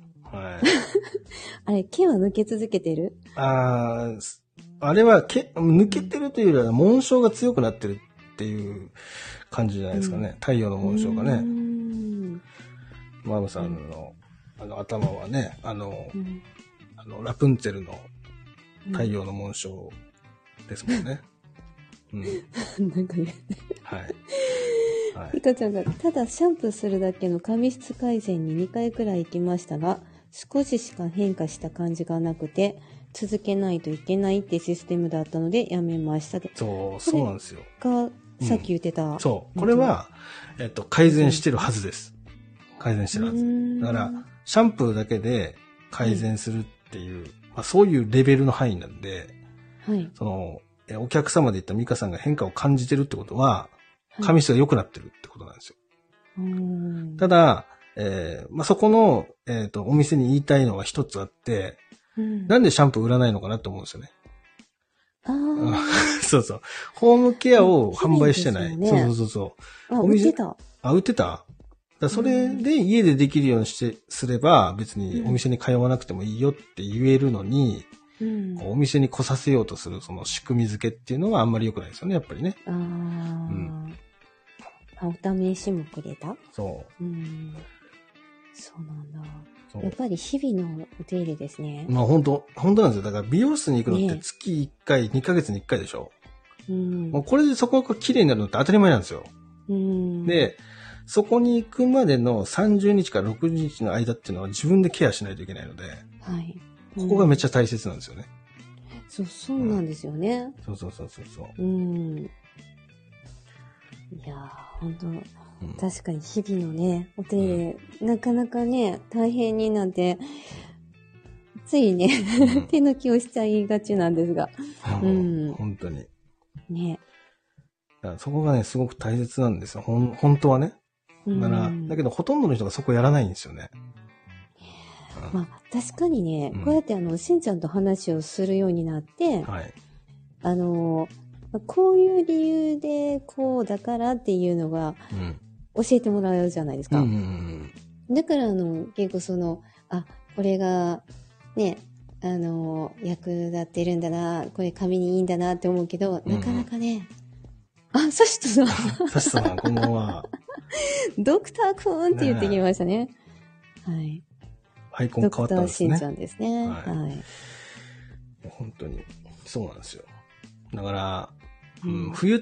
あれ、毛は抜け続けてる？ あれは抜けてるというよりは紋章が強くなってるっていう感じじゃないですかね。太陽の紋章がね。マーブさんの頭はね、ラプンツェルの太陽の紋章ですもんね。 なんか言うね。 はい。 いかちゃんが、ただシャンプーするだけの髪質改善に2回くらい行きましたが、少ししか変化した感じがなくて、続けないといけないってシステムだったのでやめました。 そうなんですよ。 が、さっき言ってた。 そう。これは、改善してるはずです。改善してるはず。だから、シャンプーだけで改善するっていう、そういうレベルの範囲なんで、お客様で言ったミカさんが変化を感じてるってことは、髪質が良くなってるってことなんですよ。ただ、そこの、お店に言いたいのが一つあって、なんでシャンプー売らないのかなと思うんですよね。そうそう。ホームケアを販売してない。そう。 売ってた。 売ってた？それで家でできるようにすれば、別にお店に通わなくてもいいよって言えるのに、お店に来させようとするその仕組み付けっていうのはあんまり良くないですよね、やっぱりね。 お試しもくれた？ そう。 そうなんだ。やっぱり日々のお手入れですね。 本当なんですよ。だから美容室に行くのって月1回、2ヶ月に1回でしょ。もうこれでそこが綺麗になるのって当たり前なんですよ。で、そこに行くまでの30日から60日の間っていうのは自分でケアしないといけないので、ここがめっちゃ大切なんですよね。 そうなんですよね。 そう。 いやー、本当確かに日々のね、お手入れ、なかなかね、大変になって、ついね、手抜きをしちゃいがちなんですが。 本当に。 ね。 だからそこがね、すごく大切なんですよ。本当はね。だけどほとんどの人がそこやらないんですよね。 確かにね、こうやってしんちゃんと話をするようになって、こういう理由でこうだからっていうのが教えてもらうじゃないですか。だから結構これがね、役立ってるんだな、これ髪にいいんだなって思うけど、なかなかね、サシトさん。 サシトさん、こんばんは。 ドクターくんって言ってきましたね。はい。 アイコン変わったんですね。 ドクターしんちゃんですね。 本当に、そうなんですよ。だから、冬って、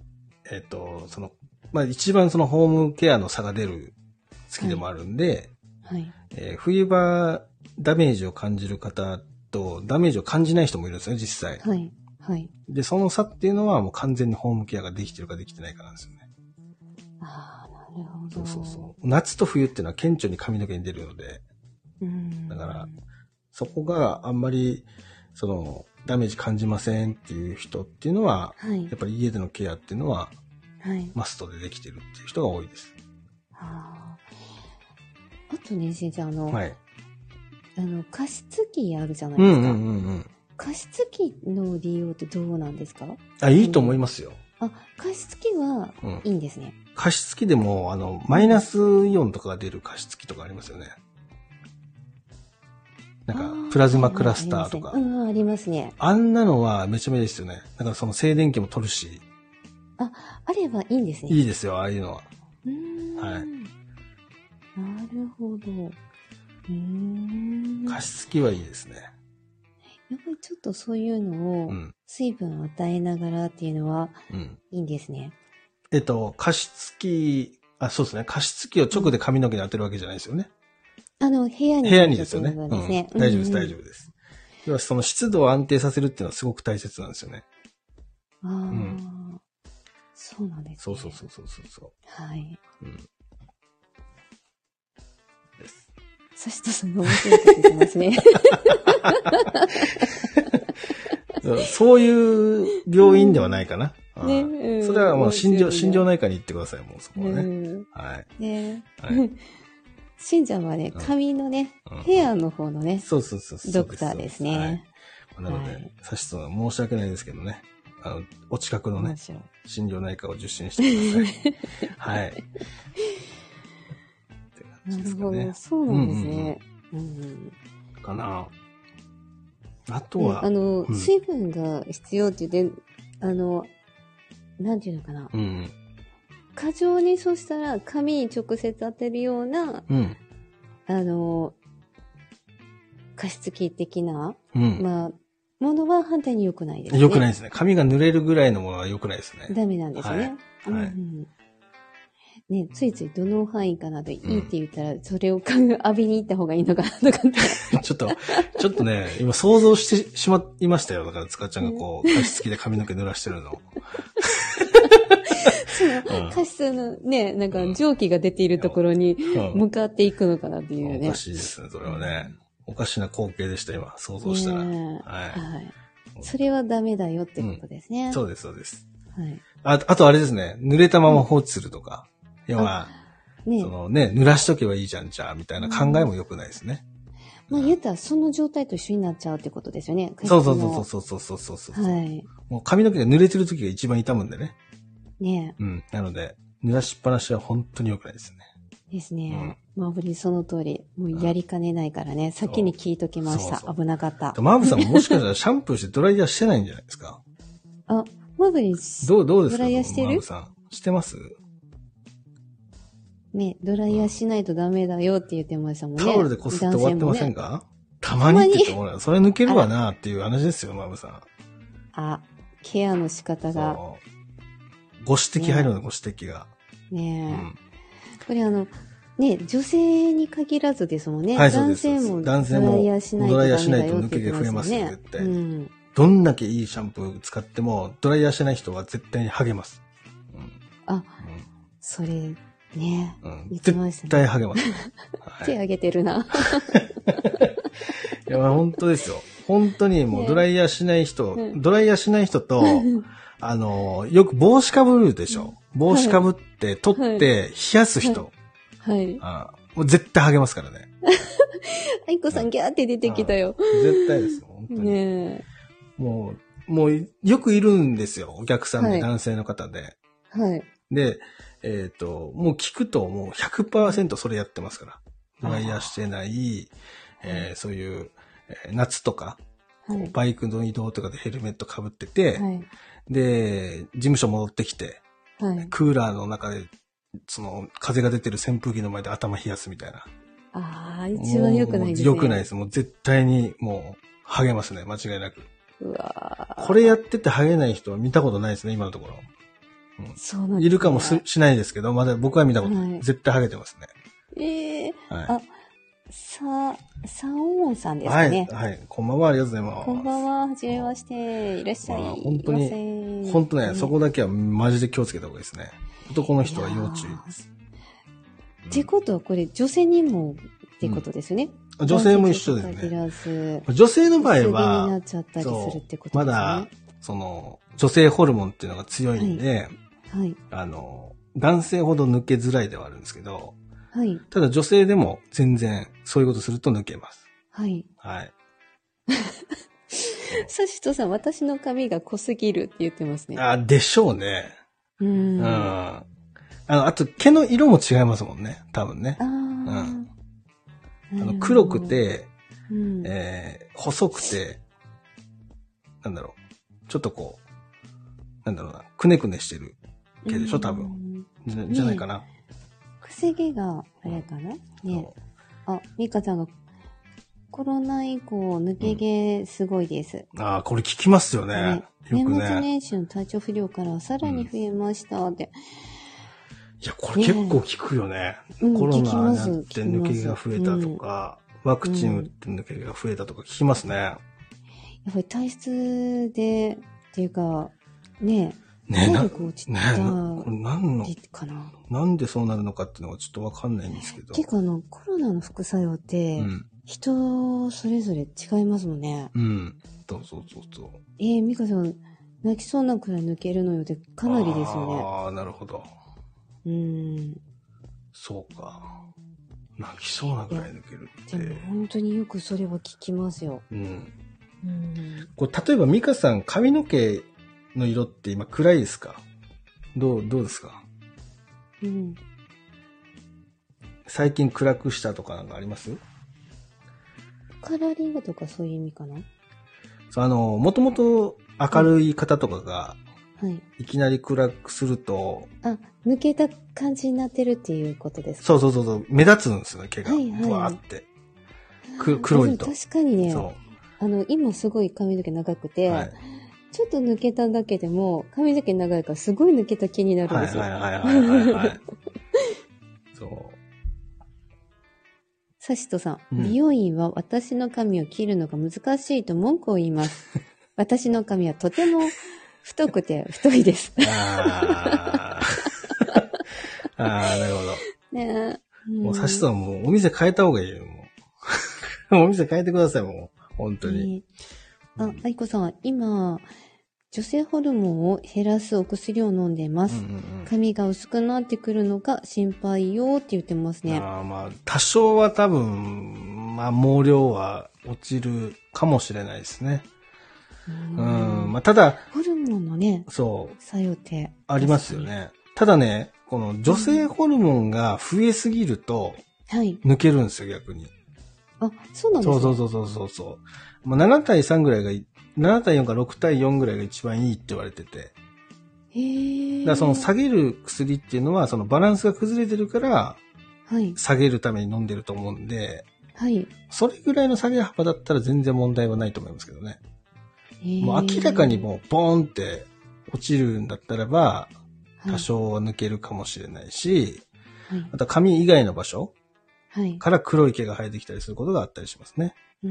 一番そのホームケアの差が出る月でもあるんで、冬場ダメージを感じる方とダメージを感じない人もいるんですよね、実際。で、その差っていうのはもう完全にホームケアができてるかできてないかなんですよね。 なるほど。 そう。夏と冬っていうのは顕著に髪の毛に出るので、だから、そこがあんまり、 その、ダメージ感じませんっていう人っていうのは、 はい。 やっぱり家でのケアっていうのは、 はい。 マストでできてるっていう人が多いです。 あとね、先生、 はい。 加湿器あるじゃないですか。 うんうんうんうん。 加湿器の利用ってどうなんですか？ いいと思いますよ。 加湿器はいいんですね。 加湿器でも、マイナスイオンとかが出る加湿器とかありますよね。なんか、プラズマクラスターとか。 ありますね。 あんなのはめちゃめちゃいいですよね。だからその静電気も取るし。 あればいいんですね。 いいですよ、ああいうのは。 はい。なるほど。 加湿器はいいですね。 やっぱりちょっとそういうのを、水分を与えながらっていうのは、いいんですね。 加湿器、そうですね。加湿器を直で髪の毛に当てるわけじゃないですよね。 部屋にですよね。大丈夫です、大丈夫です。要はその湿度を安定させるっていうのはすごく大切なんですよね。 そうなんですね。 そう。 はい。 です。 サシトさんが面白いこと言ってますね。 そういう病院ではないかな。 ね。 それはもう心療内科に行ってください、もうそこはね。はい。 ね。しんちゃんはね、髪のね、ヘアの方のね、 そう。 ドクターですね。 なので、サシトさん申し訳ないですけどね。お近くのね、心療内科を受診してください。はい。 なるほど、そうなんですね。 かな。あとは、 水分が必要って言って、なんていうのかな。過剰にそうしたら髪に直接当てるような、加湿器的な、ものは反対に良くないですね。 良くないですね。髪が濡れるぐらいのものは良くないですね。 ダメなんですね。ね、ついついどの範囲かなといいって言ったら、それを浴びに行った方がいいのかなとかって。 ちょっとね、今想像してしまいましたよ。だから、つかちゃんがこう、加湿器で髪の毛濡らしてるの。 加湿のね、なんか蒸気が出ているところに向かっていくのかなっていうね。 おかしいですね、それはね。おかしな光景でした、今、想像したら。 はい。それはダメだよってことですね。 そうです、そうです。 はい。 あとあれですね、濡れたまま放置するとか。要は、そのね、濡らしとけばいいじゃん、じゃあ、みたいな考えも良くないですね。 言ったらその状態と一緒になっちゃうってことですよね。 そう。 はい。 もう髪の毛が濡れてる時が一番痛むんでね。 ね。 なので、濡らしっぱなしは本当に良くないですね。 ですね。マーブリンその通り。もうやりかねないからね。先に聞いときました。危なかった。 マーブさんももしかしたらシャンプーしてドライヤーしてないんじゃないですか？ マーブリン、 どうですか？ ドライヤーしてる？ マーブさん。してます？ ね、ドライヤーしないとダメだよって言ってましたもんね。 タオルでこすって終わってませんか？たまにって言ってもらう。それ抜けるわなっていう話ですよ、マーブさん。 ケアの仕方が。 ご指摘入るの、ご指摘が。 ねえ。これね、女性に限らずですもんね。 はい、そうです。 男性もドライヤーしないとダメだよって言ってますよね。ドライヤーしないと抜け毛増えますよ、絶対。 どんだけいいシャンプー使っても、ドライヤーしない人は絶対に剥げます。 それ、ね、言ってましたね。 絶対剥げます。 手挙げてるな。 いや、本当ですよ。本当にもうドライヤーしない人、ドライヤーしない人と、よく帽子かぶるでしょ。帽子かぶって取って冷やす人。 はい。 もう絶対剥げますからね。 愛子さんギャーって出てきたよ。 絶対ですよ。本当に。 ねもう、よくいるんですよ。お客さんで男性の方で。 はい。 で、もう聞くともう 100% それやってますから。ドライヤーしてない、そういう、夏とか、バイクの移動とかでヘルメット被ってて、で、事務所戻ってきて、クーラーの中で、その、風が出てる扇風機の前で頭冷やすみたいな。 一番良くないですね。 良くないです。もう絶対にもう、剥げますね。間違いなく。 うわこれやってて剥げない人は見たことないですね、今のところ。 そうなんですね。 いるかもしないですけど、まだ僕は見たことない。絶対剥げてますね。 サオンさんですかね。 はい。こんばんは、ありがとうございます。 こんばんは、はじめまして。いらっしゃい。 本当ね、そこだけはマジで気をつけた方がいいですね。男の人は要注意です。 ってことは、これ、女性にもってことですよね。 女性も一緒ですいらず。 女性の場合薄毛には、 なっちゃったりするってことまですね。 だ、女性ホルモンっていうのが強いんで、 はい。 男性ほど抜けづらいではあるんですけど、 はい。 ただ女性でも全然そういうことすると抜けます。 はい。 はい。 サシトさん、私の髪が濃すぎるって言ってますね。 でしょうね。あと毛の色も違いますもんね。多分ね。黒くて、細くて、なんだろう。ちょっとこう、なんだろうな。くねくねしてる毛でしょ多分。じゃないかな。 くせ毛が、あれかなね。ミカさんが、コロナ以降、抜け毛すごいです。 これ聞きますよね。 年末年始の体調不良からさらに増えましたって。 いや、これ結構聞くよね。コロナになって抜け毛が増えたとか、ワクチン打って抜け毛が増えたとか聞きますね。やっぱり体質で、っていうか、体力落ちたこれなんでそうなるのかっていうのがちょっとわかんないんですけど。 結構コロナの副作用って、人それぞれ違いますもんね。 そう。 ミカさん、泣きそうなくらい抜けるのよってかなりですよね。 なるほど。そうか。泣きそうなくらい抜けるって。 でも本当によくそれは聞きますよ。 これ例えばミカさん、髪の毛の色って今暗いですか？どうですか？最近暗くしたとかなんかあります？ カラーリングとかそういう意味かな？ もともと明るい方とかが、いきなり暗くすると、 抜けた感じになってるっていうことですか？ そう。目立つんですよね、毛が。ブワーって。黒いと。 確かにね、今すごい髪の毛長くて、ちょっと抜けただけでも、髪の毛長いからすごい抜けた気になるんですよ。 そう。 サシトさん、美容院は私の髪を切るのが難しいと文句を言います。私の髪はとても太くて太いです。 なるほど。 ねもうサシトさんもうお店変えた方がいいよ、もう。お店変えてください、もう。本当に。 愛子さん、今、女性ホルモンを減らすお薬を飲んでいます。髪が薄くなってくるのが心配よって言ってますね。 多少は多分、毛量は落ちるかもしれないですね。ただ、 ホルモンのね、 作用ってありますよね。ただね、この女性ホルモンが増えすぎると、抜けるんですよ、逆に。 そうなんですか？ そう。7対3ぐらいが、7対4か6対4ぐらいが一番いいって言われてて。だからその下げる薬っていうのは、そのバランスが崩れてるから、下げるために飲んでると思うんで、それぐらいの下げ幅だったら全然問題はないと思いますけどね。もう明らかにもうボーンって落ちるんだったらば、多少は抜けるかもしれないし、あとは髪以外の場所から黒い毛が生えてきたりすることがあったりしますね。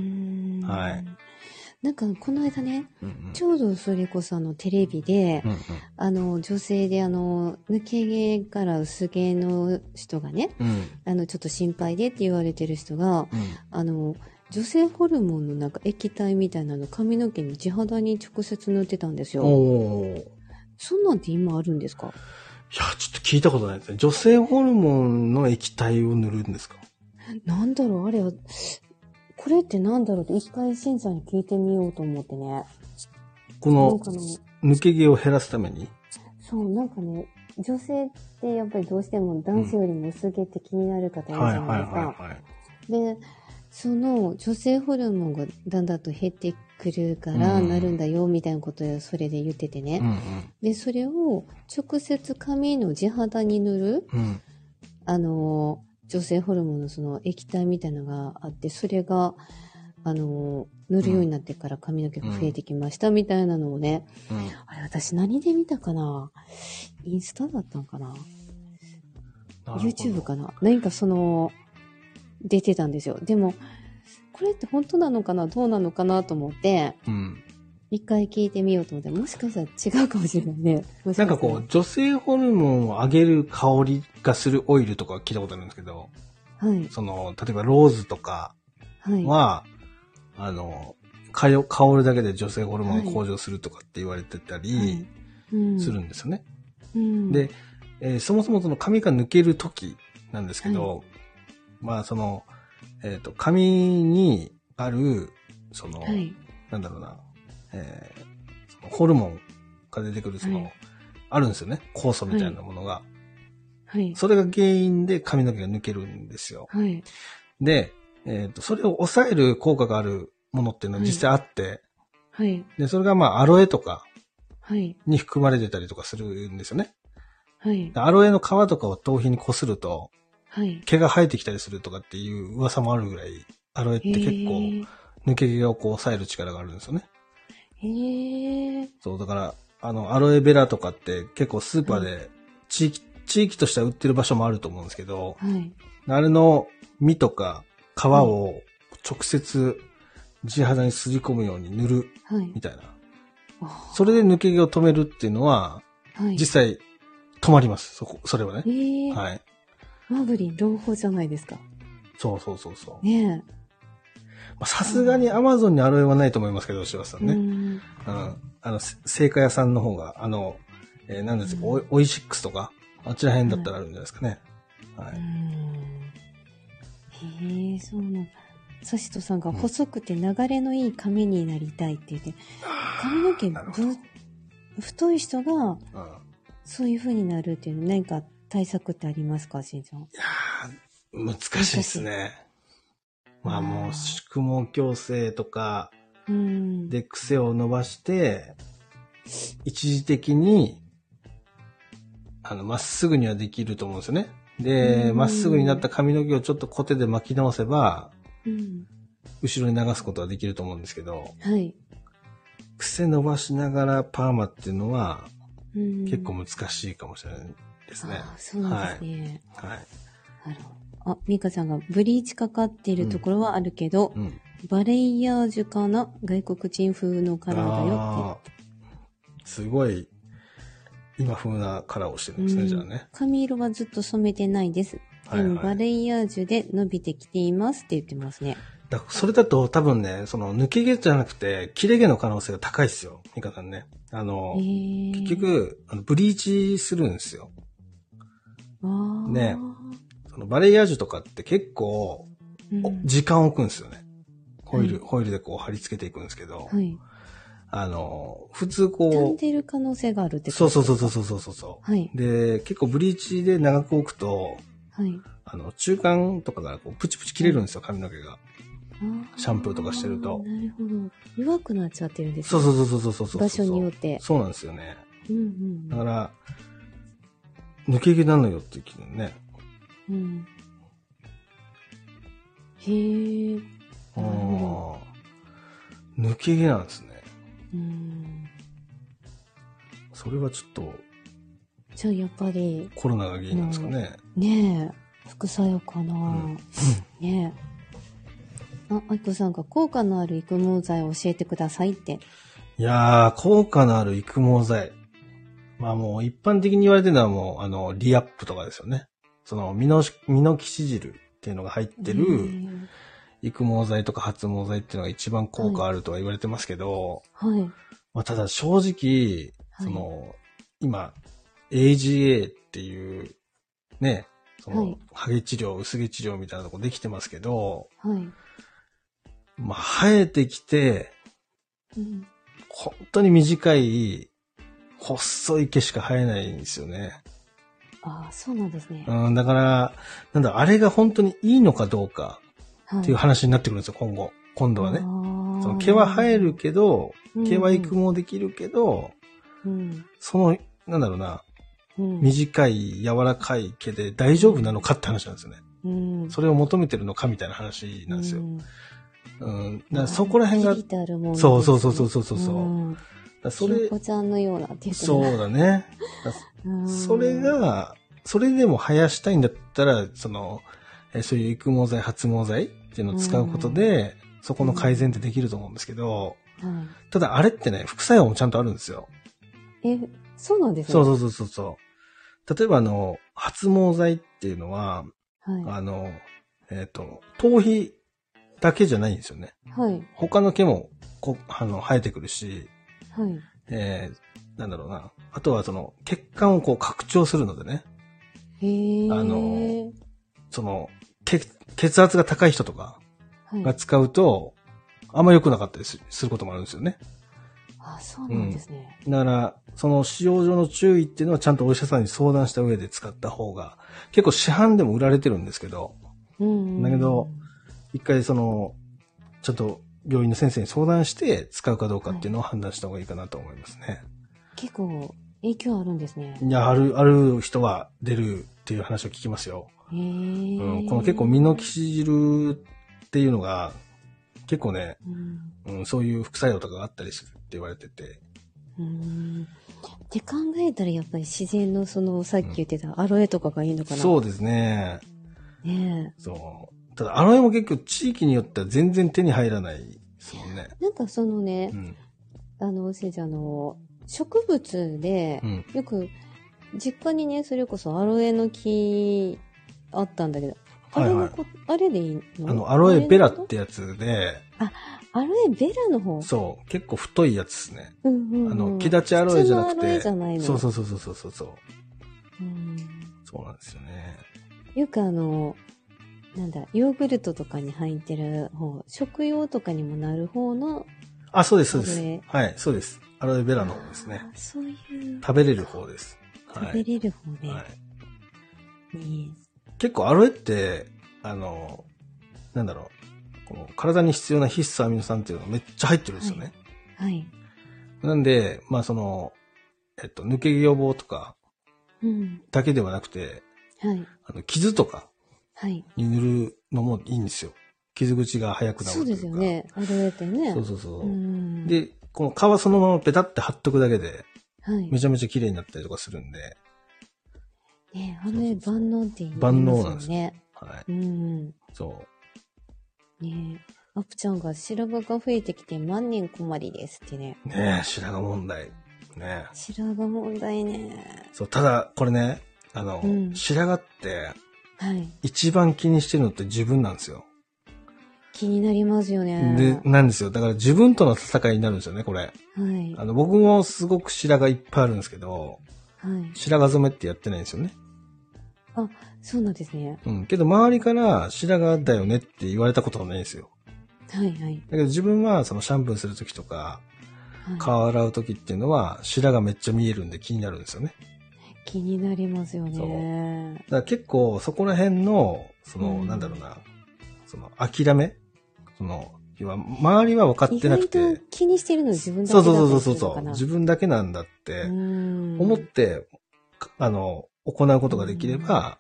なんかこの間ね、ちょうどそれこそテレビで、女性で抜け毛から薄毛の人がね、ちょっと心配でって言われてる人が、女性ホルモンのなんか液体みたいなの髪の毛に地肌に直接塗ってたんですよ。そんなんって今あるんですか？ いや、ちょっと聞いたことないですね。女性ホルモンの液体を塗るんですか？ なんだろう、あれは、これってなんだろうって一回審査に聞いてみようと思ってね。 この抜け毛を減らすために？ そう、なんかね、女性ってやっぱりどうしても男性よりも薄毛って気になる方いるじゃないですか。で、その女性ホルモンがだんだんと減ってくるからなるんだよみたいなことをそれで言っててね。で、それを直接髪の地肌に塗る、女性ホルモンのその液体みたいなのがあって、それが、塗るようになってから髪の毛が増えてきましたみたいなのをね、あれ私何で見たかな？インスタだったのかな？ YouTube かな？何か出てたんですよ。でも、これって本当なのかな？どうなのかなと思って、一回聞いてみようと思って、もしかしたら違うかもしれないね。 なんかこう、女性ホルモンを上げる香りがするオイルとか聞いたことあるんですけど、例えばローズとか、 は、香るだけで女性ホルモンが向上するとかって言われてたりするんですよね。で、そもそもその髪が抜ける時なんですけど、まあその、髪にある、その、なんだろうな、そのホルモンが出てくる、その、あるんですよね。酵素みたいなものが。それが原因で髪の毛が抜けるんですよ。で、それを抑える効果があるものっていうのは実際あって、で、それがまあアロエとかに含まれてたりとかするんですよね。アロエの皮とかを頭皮にこすると、毛が生えてきたりするとかっていう噂もあるぐらい、アロエって結構抜け毛をこう抑える力があるんですよね。そう、だから、アロエベラとかって結構スーパーで地域としては売ってる場所もあると思うんですけど、あれの実とか皮を直接地肌にすり込むように塗るみたいな。それで抜け毛を止めるっていうのは、実際止まります。それはね。 マブリン朗報じゃないですか。 そう。ねえ。さすがにアマゾンにアロエはないと思いますけど、柴田さんね。製菓屋さんの方が、なんですか、オイシックスとか、あちら辺だったらあるんじゃないですかね。 へえ、そうなんだ。サシトさんが細くて流れのいい髪になりたいって言って、髪の毛太い人が、そういう風になるっていうの、何か対策ってありますか、しんちゃん。いやー、難しいですね。まあもう、宿毛矯正とか、で癖を伸ばして、一時的に、まっすぐにはできると思うんですよね。で、まっすぐになった髪の毛をちょっとコテで巻き直せば、後ろに流すことはできると思うんですけど、癖伸ばしながらパーマっていうのは、結構難しいかもしれないですね。 そうなんですね。ミカさんがブリーチかかっているところはあるけど、バレイヤージュかな、外国人風のカラーだよって。 すごい、今風なカラーをしてるんですね、じゃあね。 髪色はずっと染めてないです。でもバレイヤージュで伸びてきていますって言ってますね。 それだと多分ね、その抜け毛じゃなくて、切れ毛の可能性が高いですよ、ミカさんね。結局、ブリーチするんですよ。ね。そのバレイヤージュとかって結構、時間置くんですよね。ホイールでこう貼り付けていくんですけど、普通こう。 傷んでる可能性があるってことですか？ そう。で、結構ブリーチで長く置くと、中間とかがこうプチプチ切れるんですよ、髪の毛が。シャンプーとかしてると。 なるほど。弱くなっちゃってるんですね。 そう。 場所によって。 そうなんですよね。だから、抜け毛なのよって聞くのね。 へえ。 抜け毛なんですね。それはちょっと。 じゃあやっぱり。 コロナが原因なんですかね。 ねえ。副作用かな。ねえ。あいこさんが効果のある育毛剤を教えてくださいって。 いやー、効果のある育毛剤。まあもう一般的に言われてるのはもう、リアップとかですよね。その、ミノキシジルっていうのが入ってる育毛剤とか発毛剤っていうのが一番効果あるとは言われてますけど、まあただ正直、その、今、AGA っていう、ね、その、ハゲ治療、薄毛治療みたいなとこできてますけど、まあ、生えてきて、本当に短い、細い毛しか生えないんですよね。 ああ、そうなんですね。 だから、あれが本当にいいのかどうかっていう話になってくるんですよ、今度はね。その毛は生えるけど、毛は育毛できるけど、その、短い柔らかい毛で大丈夫なのかって話なんですよね。それを求めてるのかみたいな話なんですよ。だからそこら辺が、そう。 それ、ひよこちゃんのようなって言ってる。 そうだね。それでも生やしたいんだったら、そういう育毛剤、発毛剤っていうのを使うことで、そこの改善ってできると思うんですけど、ただあれってね、副作用もちゃんとあるんですよ。 そうなんですね。 そう。例えば発毛剤っていうのは、頭皮だけじゃないんですよね。 はい。 他の毛も生えてくるし、 はい。 なんだろうな。あとは血管をこう拡張するのでね。 へー。 血圧が高い人とかが使うと、あんま良くなかったりすることもあるんですよね。 あ、そうなんですね。 だから、その使用上の注意っていうのはちゃんとお医者さんに相談した上で使った方が、結構市販でも売られてるんですけど、だけど、一回ちゃんと病院の先生に相談して使うかどうかっていうのを判断した方がいいかなと思いますね。 結構影響あるんですね。 いや、ある人は出るっていう話を聞きますよ。この結構ミノキシジルっていうのが結構ね、そういう副作用とかがあったりするって言われてて。 って考えたらやっぱり自然のさっき言ってたアロエとかがいいのかな。 そうですね。 ねえ。 そう。ただアロエも結構地域によっては全然手に入らないですもんね。 なんか先生植物で、よく実家にね、それこそアロエの木あったんだけど、あれでいいの？ アロエベラってやつで、 アロエベラの方？ そう。結構太いやつですね。木立ちアアロエじゃなくて。 アロエじゃないの。 そう。そうなんですよね。 よくヨーグルトとかに入ってる方、食用とかにもなる方の。 そうです。はい、そうです。アロエベラの方ですね。 そういう。 食べれる方です。 食べれる方ね。はい。 結構アロエって、なんだろう。この体に必要な必須アミノ酸っていうのがめっちゃ入ってるんですよね。 はい。 なんで、抜け毛予防とか、だけではなくて、傷とか、に塗るのもいいんですよ。傷口が早くなるというか。 そうですよね。アロエってね。 そう。で、この皮そのままペタって貼っとくだけで、めちゃめちゃ綺麗になったりとかするんで。 ね、アロエ万能って言いますよね。 万能なんですよ。はい。そう。 ねえ、アップちゃんが白髪が増えてきて万年困りですってね。 ねえ、白髪問題。ね白髪問題ね。 そう、ただ、これね、白髪って、一番気にしてるのって自分なんですよ。 気になりますよね。 なんですよ。だから自分との戦いになるんですよね、これ。僕もすごく白髪いっぱいあるんですけど、白髪染めってやってないんですよね。 あ、そうなんですね。 けど周りから白髪だよねって言われたことはないんですよ。だけど自分はシャンプーするときとか、顔洗うときっていうのは白髪めっちゃ見えるんで気になるんですよね。 気になりますよね。 だから結構そこら辺の、なんだろうな、諦め要は周りは分かってなくて。 意外と気にしてるの自分だけだったりするのかな。 そう。自分だけなんだって思って、行うことができれば、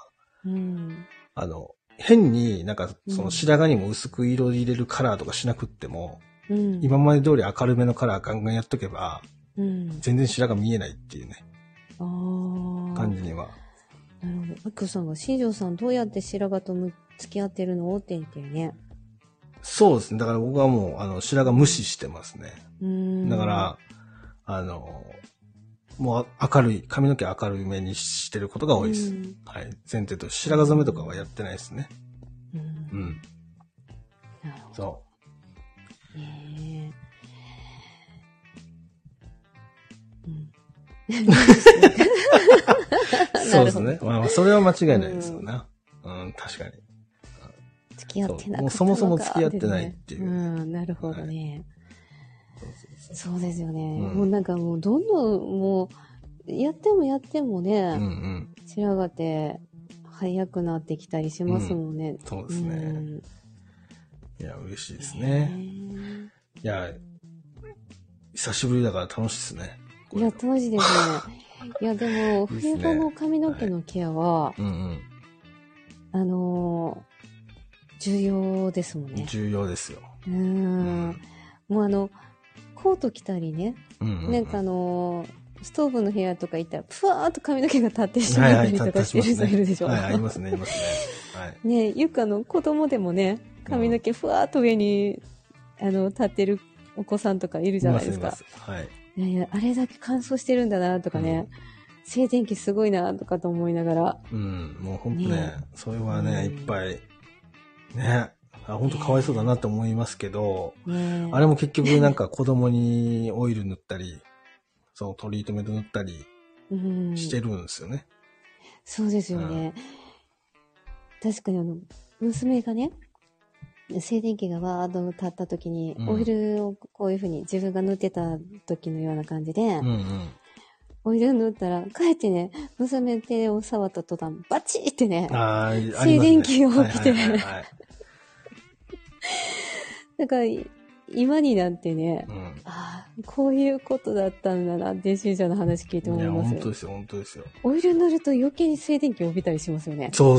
変になんか白髪にも薄く色入れるカラーとかしなくっても、今まで通り明るめのカラーガンガンやっとけば、全然白髪見えないっていうね。感じには。 なるほど。アックさんが、新庄さんどうやって白髪と付き合ってるのって言ってるね。 そうですね。だから僕はもう、白髪無視してますね。だから、もう髪の毛明るいめにしてることが多いです。はい。前提と白髪染めとかはやってないですね。 なるほど。 そうそうですね。まあ、それは間違いないですよね。確かに。 付き合ってなかったのか。 もうそもそも付き合ってないっていう。 なるほどね。そうですよね。もうなんかもうどんどんもう、やってもね、白髪って早くなってきたりしますもんね。 そうですね。いや、嬉しいですね。いや、久しぶりだから楽しいですね。 いや、楽しいですね。いや、でも、冬場の髪の毛のケアは、重要ですもんね。 重要ですよ。 もうコート着たりね、なんかストーブの部屋とか行ったら、ふわーっと髪の毛が立ってしまったりとかしてる人いるでしょ。 はい、ありますね。 ね、よく子供でもね、髪の毛ふわーっと上に、立ってるお子さんとかいるじゃないですか。 はい。 いや、あれだけ乾燥してるんだなとかね、静電気すごいなとかと思いながら。 もうほんとね、それはね、いっぱい、ね、 本当かわいそうだなって思いますけど、 ね、 あれも結局なんか子供にオイル塗ったり、そのトリートメント塗ったりしてるんですよね。 そうですよね。確かに娘がね、静電気がわーっと立った時に、オイルをこういう風に自分が塗ってた時のような感じで、オイル塗ったら、かえってね、娘手を触った途端、バチーってね、静電気が起きて、だから、今になってね、こういうことだったんだなって新社の話聞いて思います。 いや、本当ですよ、本当ですよ。 オイル塗ると余計に静電気を帯びたりしますよね。 そう、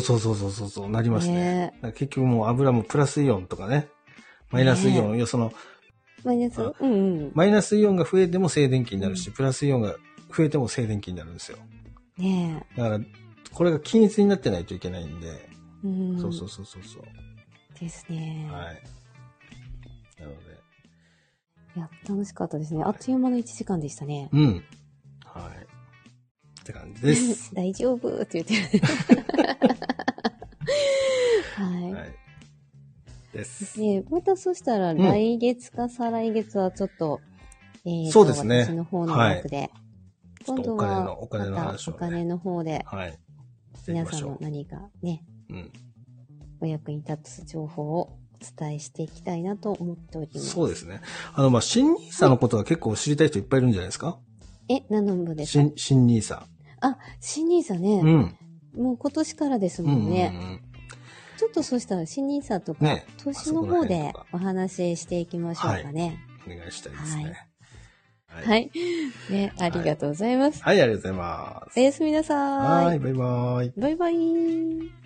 なりますね。結局もう油もプラスイオンとかね、マイナスイオン、 マイナスマイナスイオンが増えても静電気になるし、プラスイオンが増えても静電気になるんですよ。 ねだから、これが均一になってないといけないんで、そう。 ですね。 はい。なので。 いや、楽しかったですね。あっという間の1時間でしたね。 はい。って感じです。 大丈夫って言ってる。はい。 です。 またそしたら来月か再来月はちょっと、 そうですね。 私の方の枠で、 今度はお金の話を、 お金の方で、皆さんの何かね、お役に立つ情報をお伝えしていきたいなと思っております。 そうですね。新ニーサのことは結構知りたい人いっぱいいるんじゃないですか？ 何の部ですか？ 新ニーサ。 新ニーサね。もう今年からですもんね。ちょっとそうしたら新ニーサとか、投資の方でお話ししていきましょうかね。 お願いしたいですね。 はい。ね、ありがとうございます。 はい、ありがとうございます。 おやすみなさい。 はい、バイバイ。 バイバイ。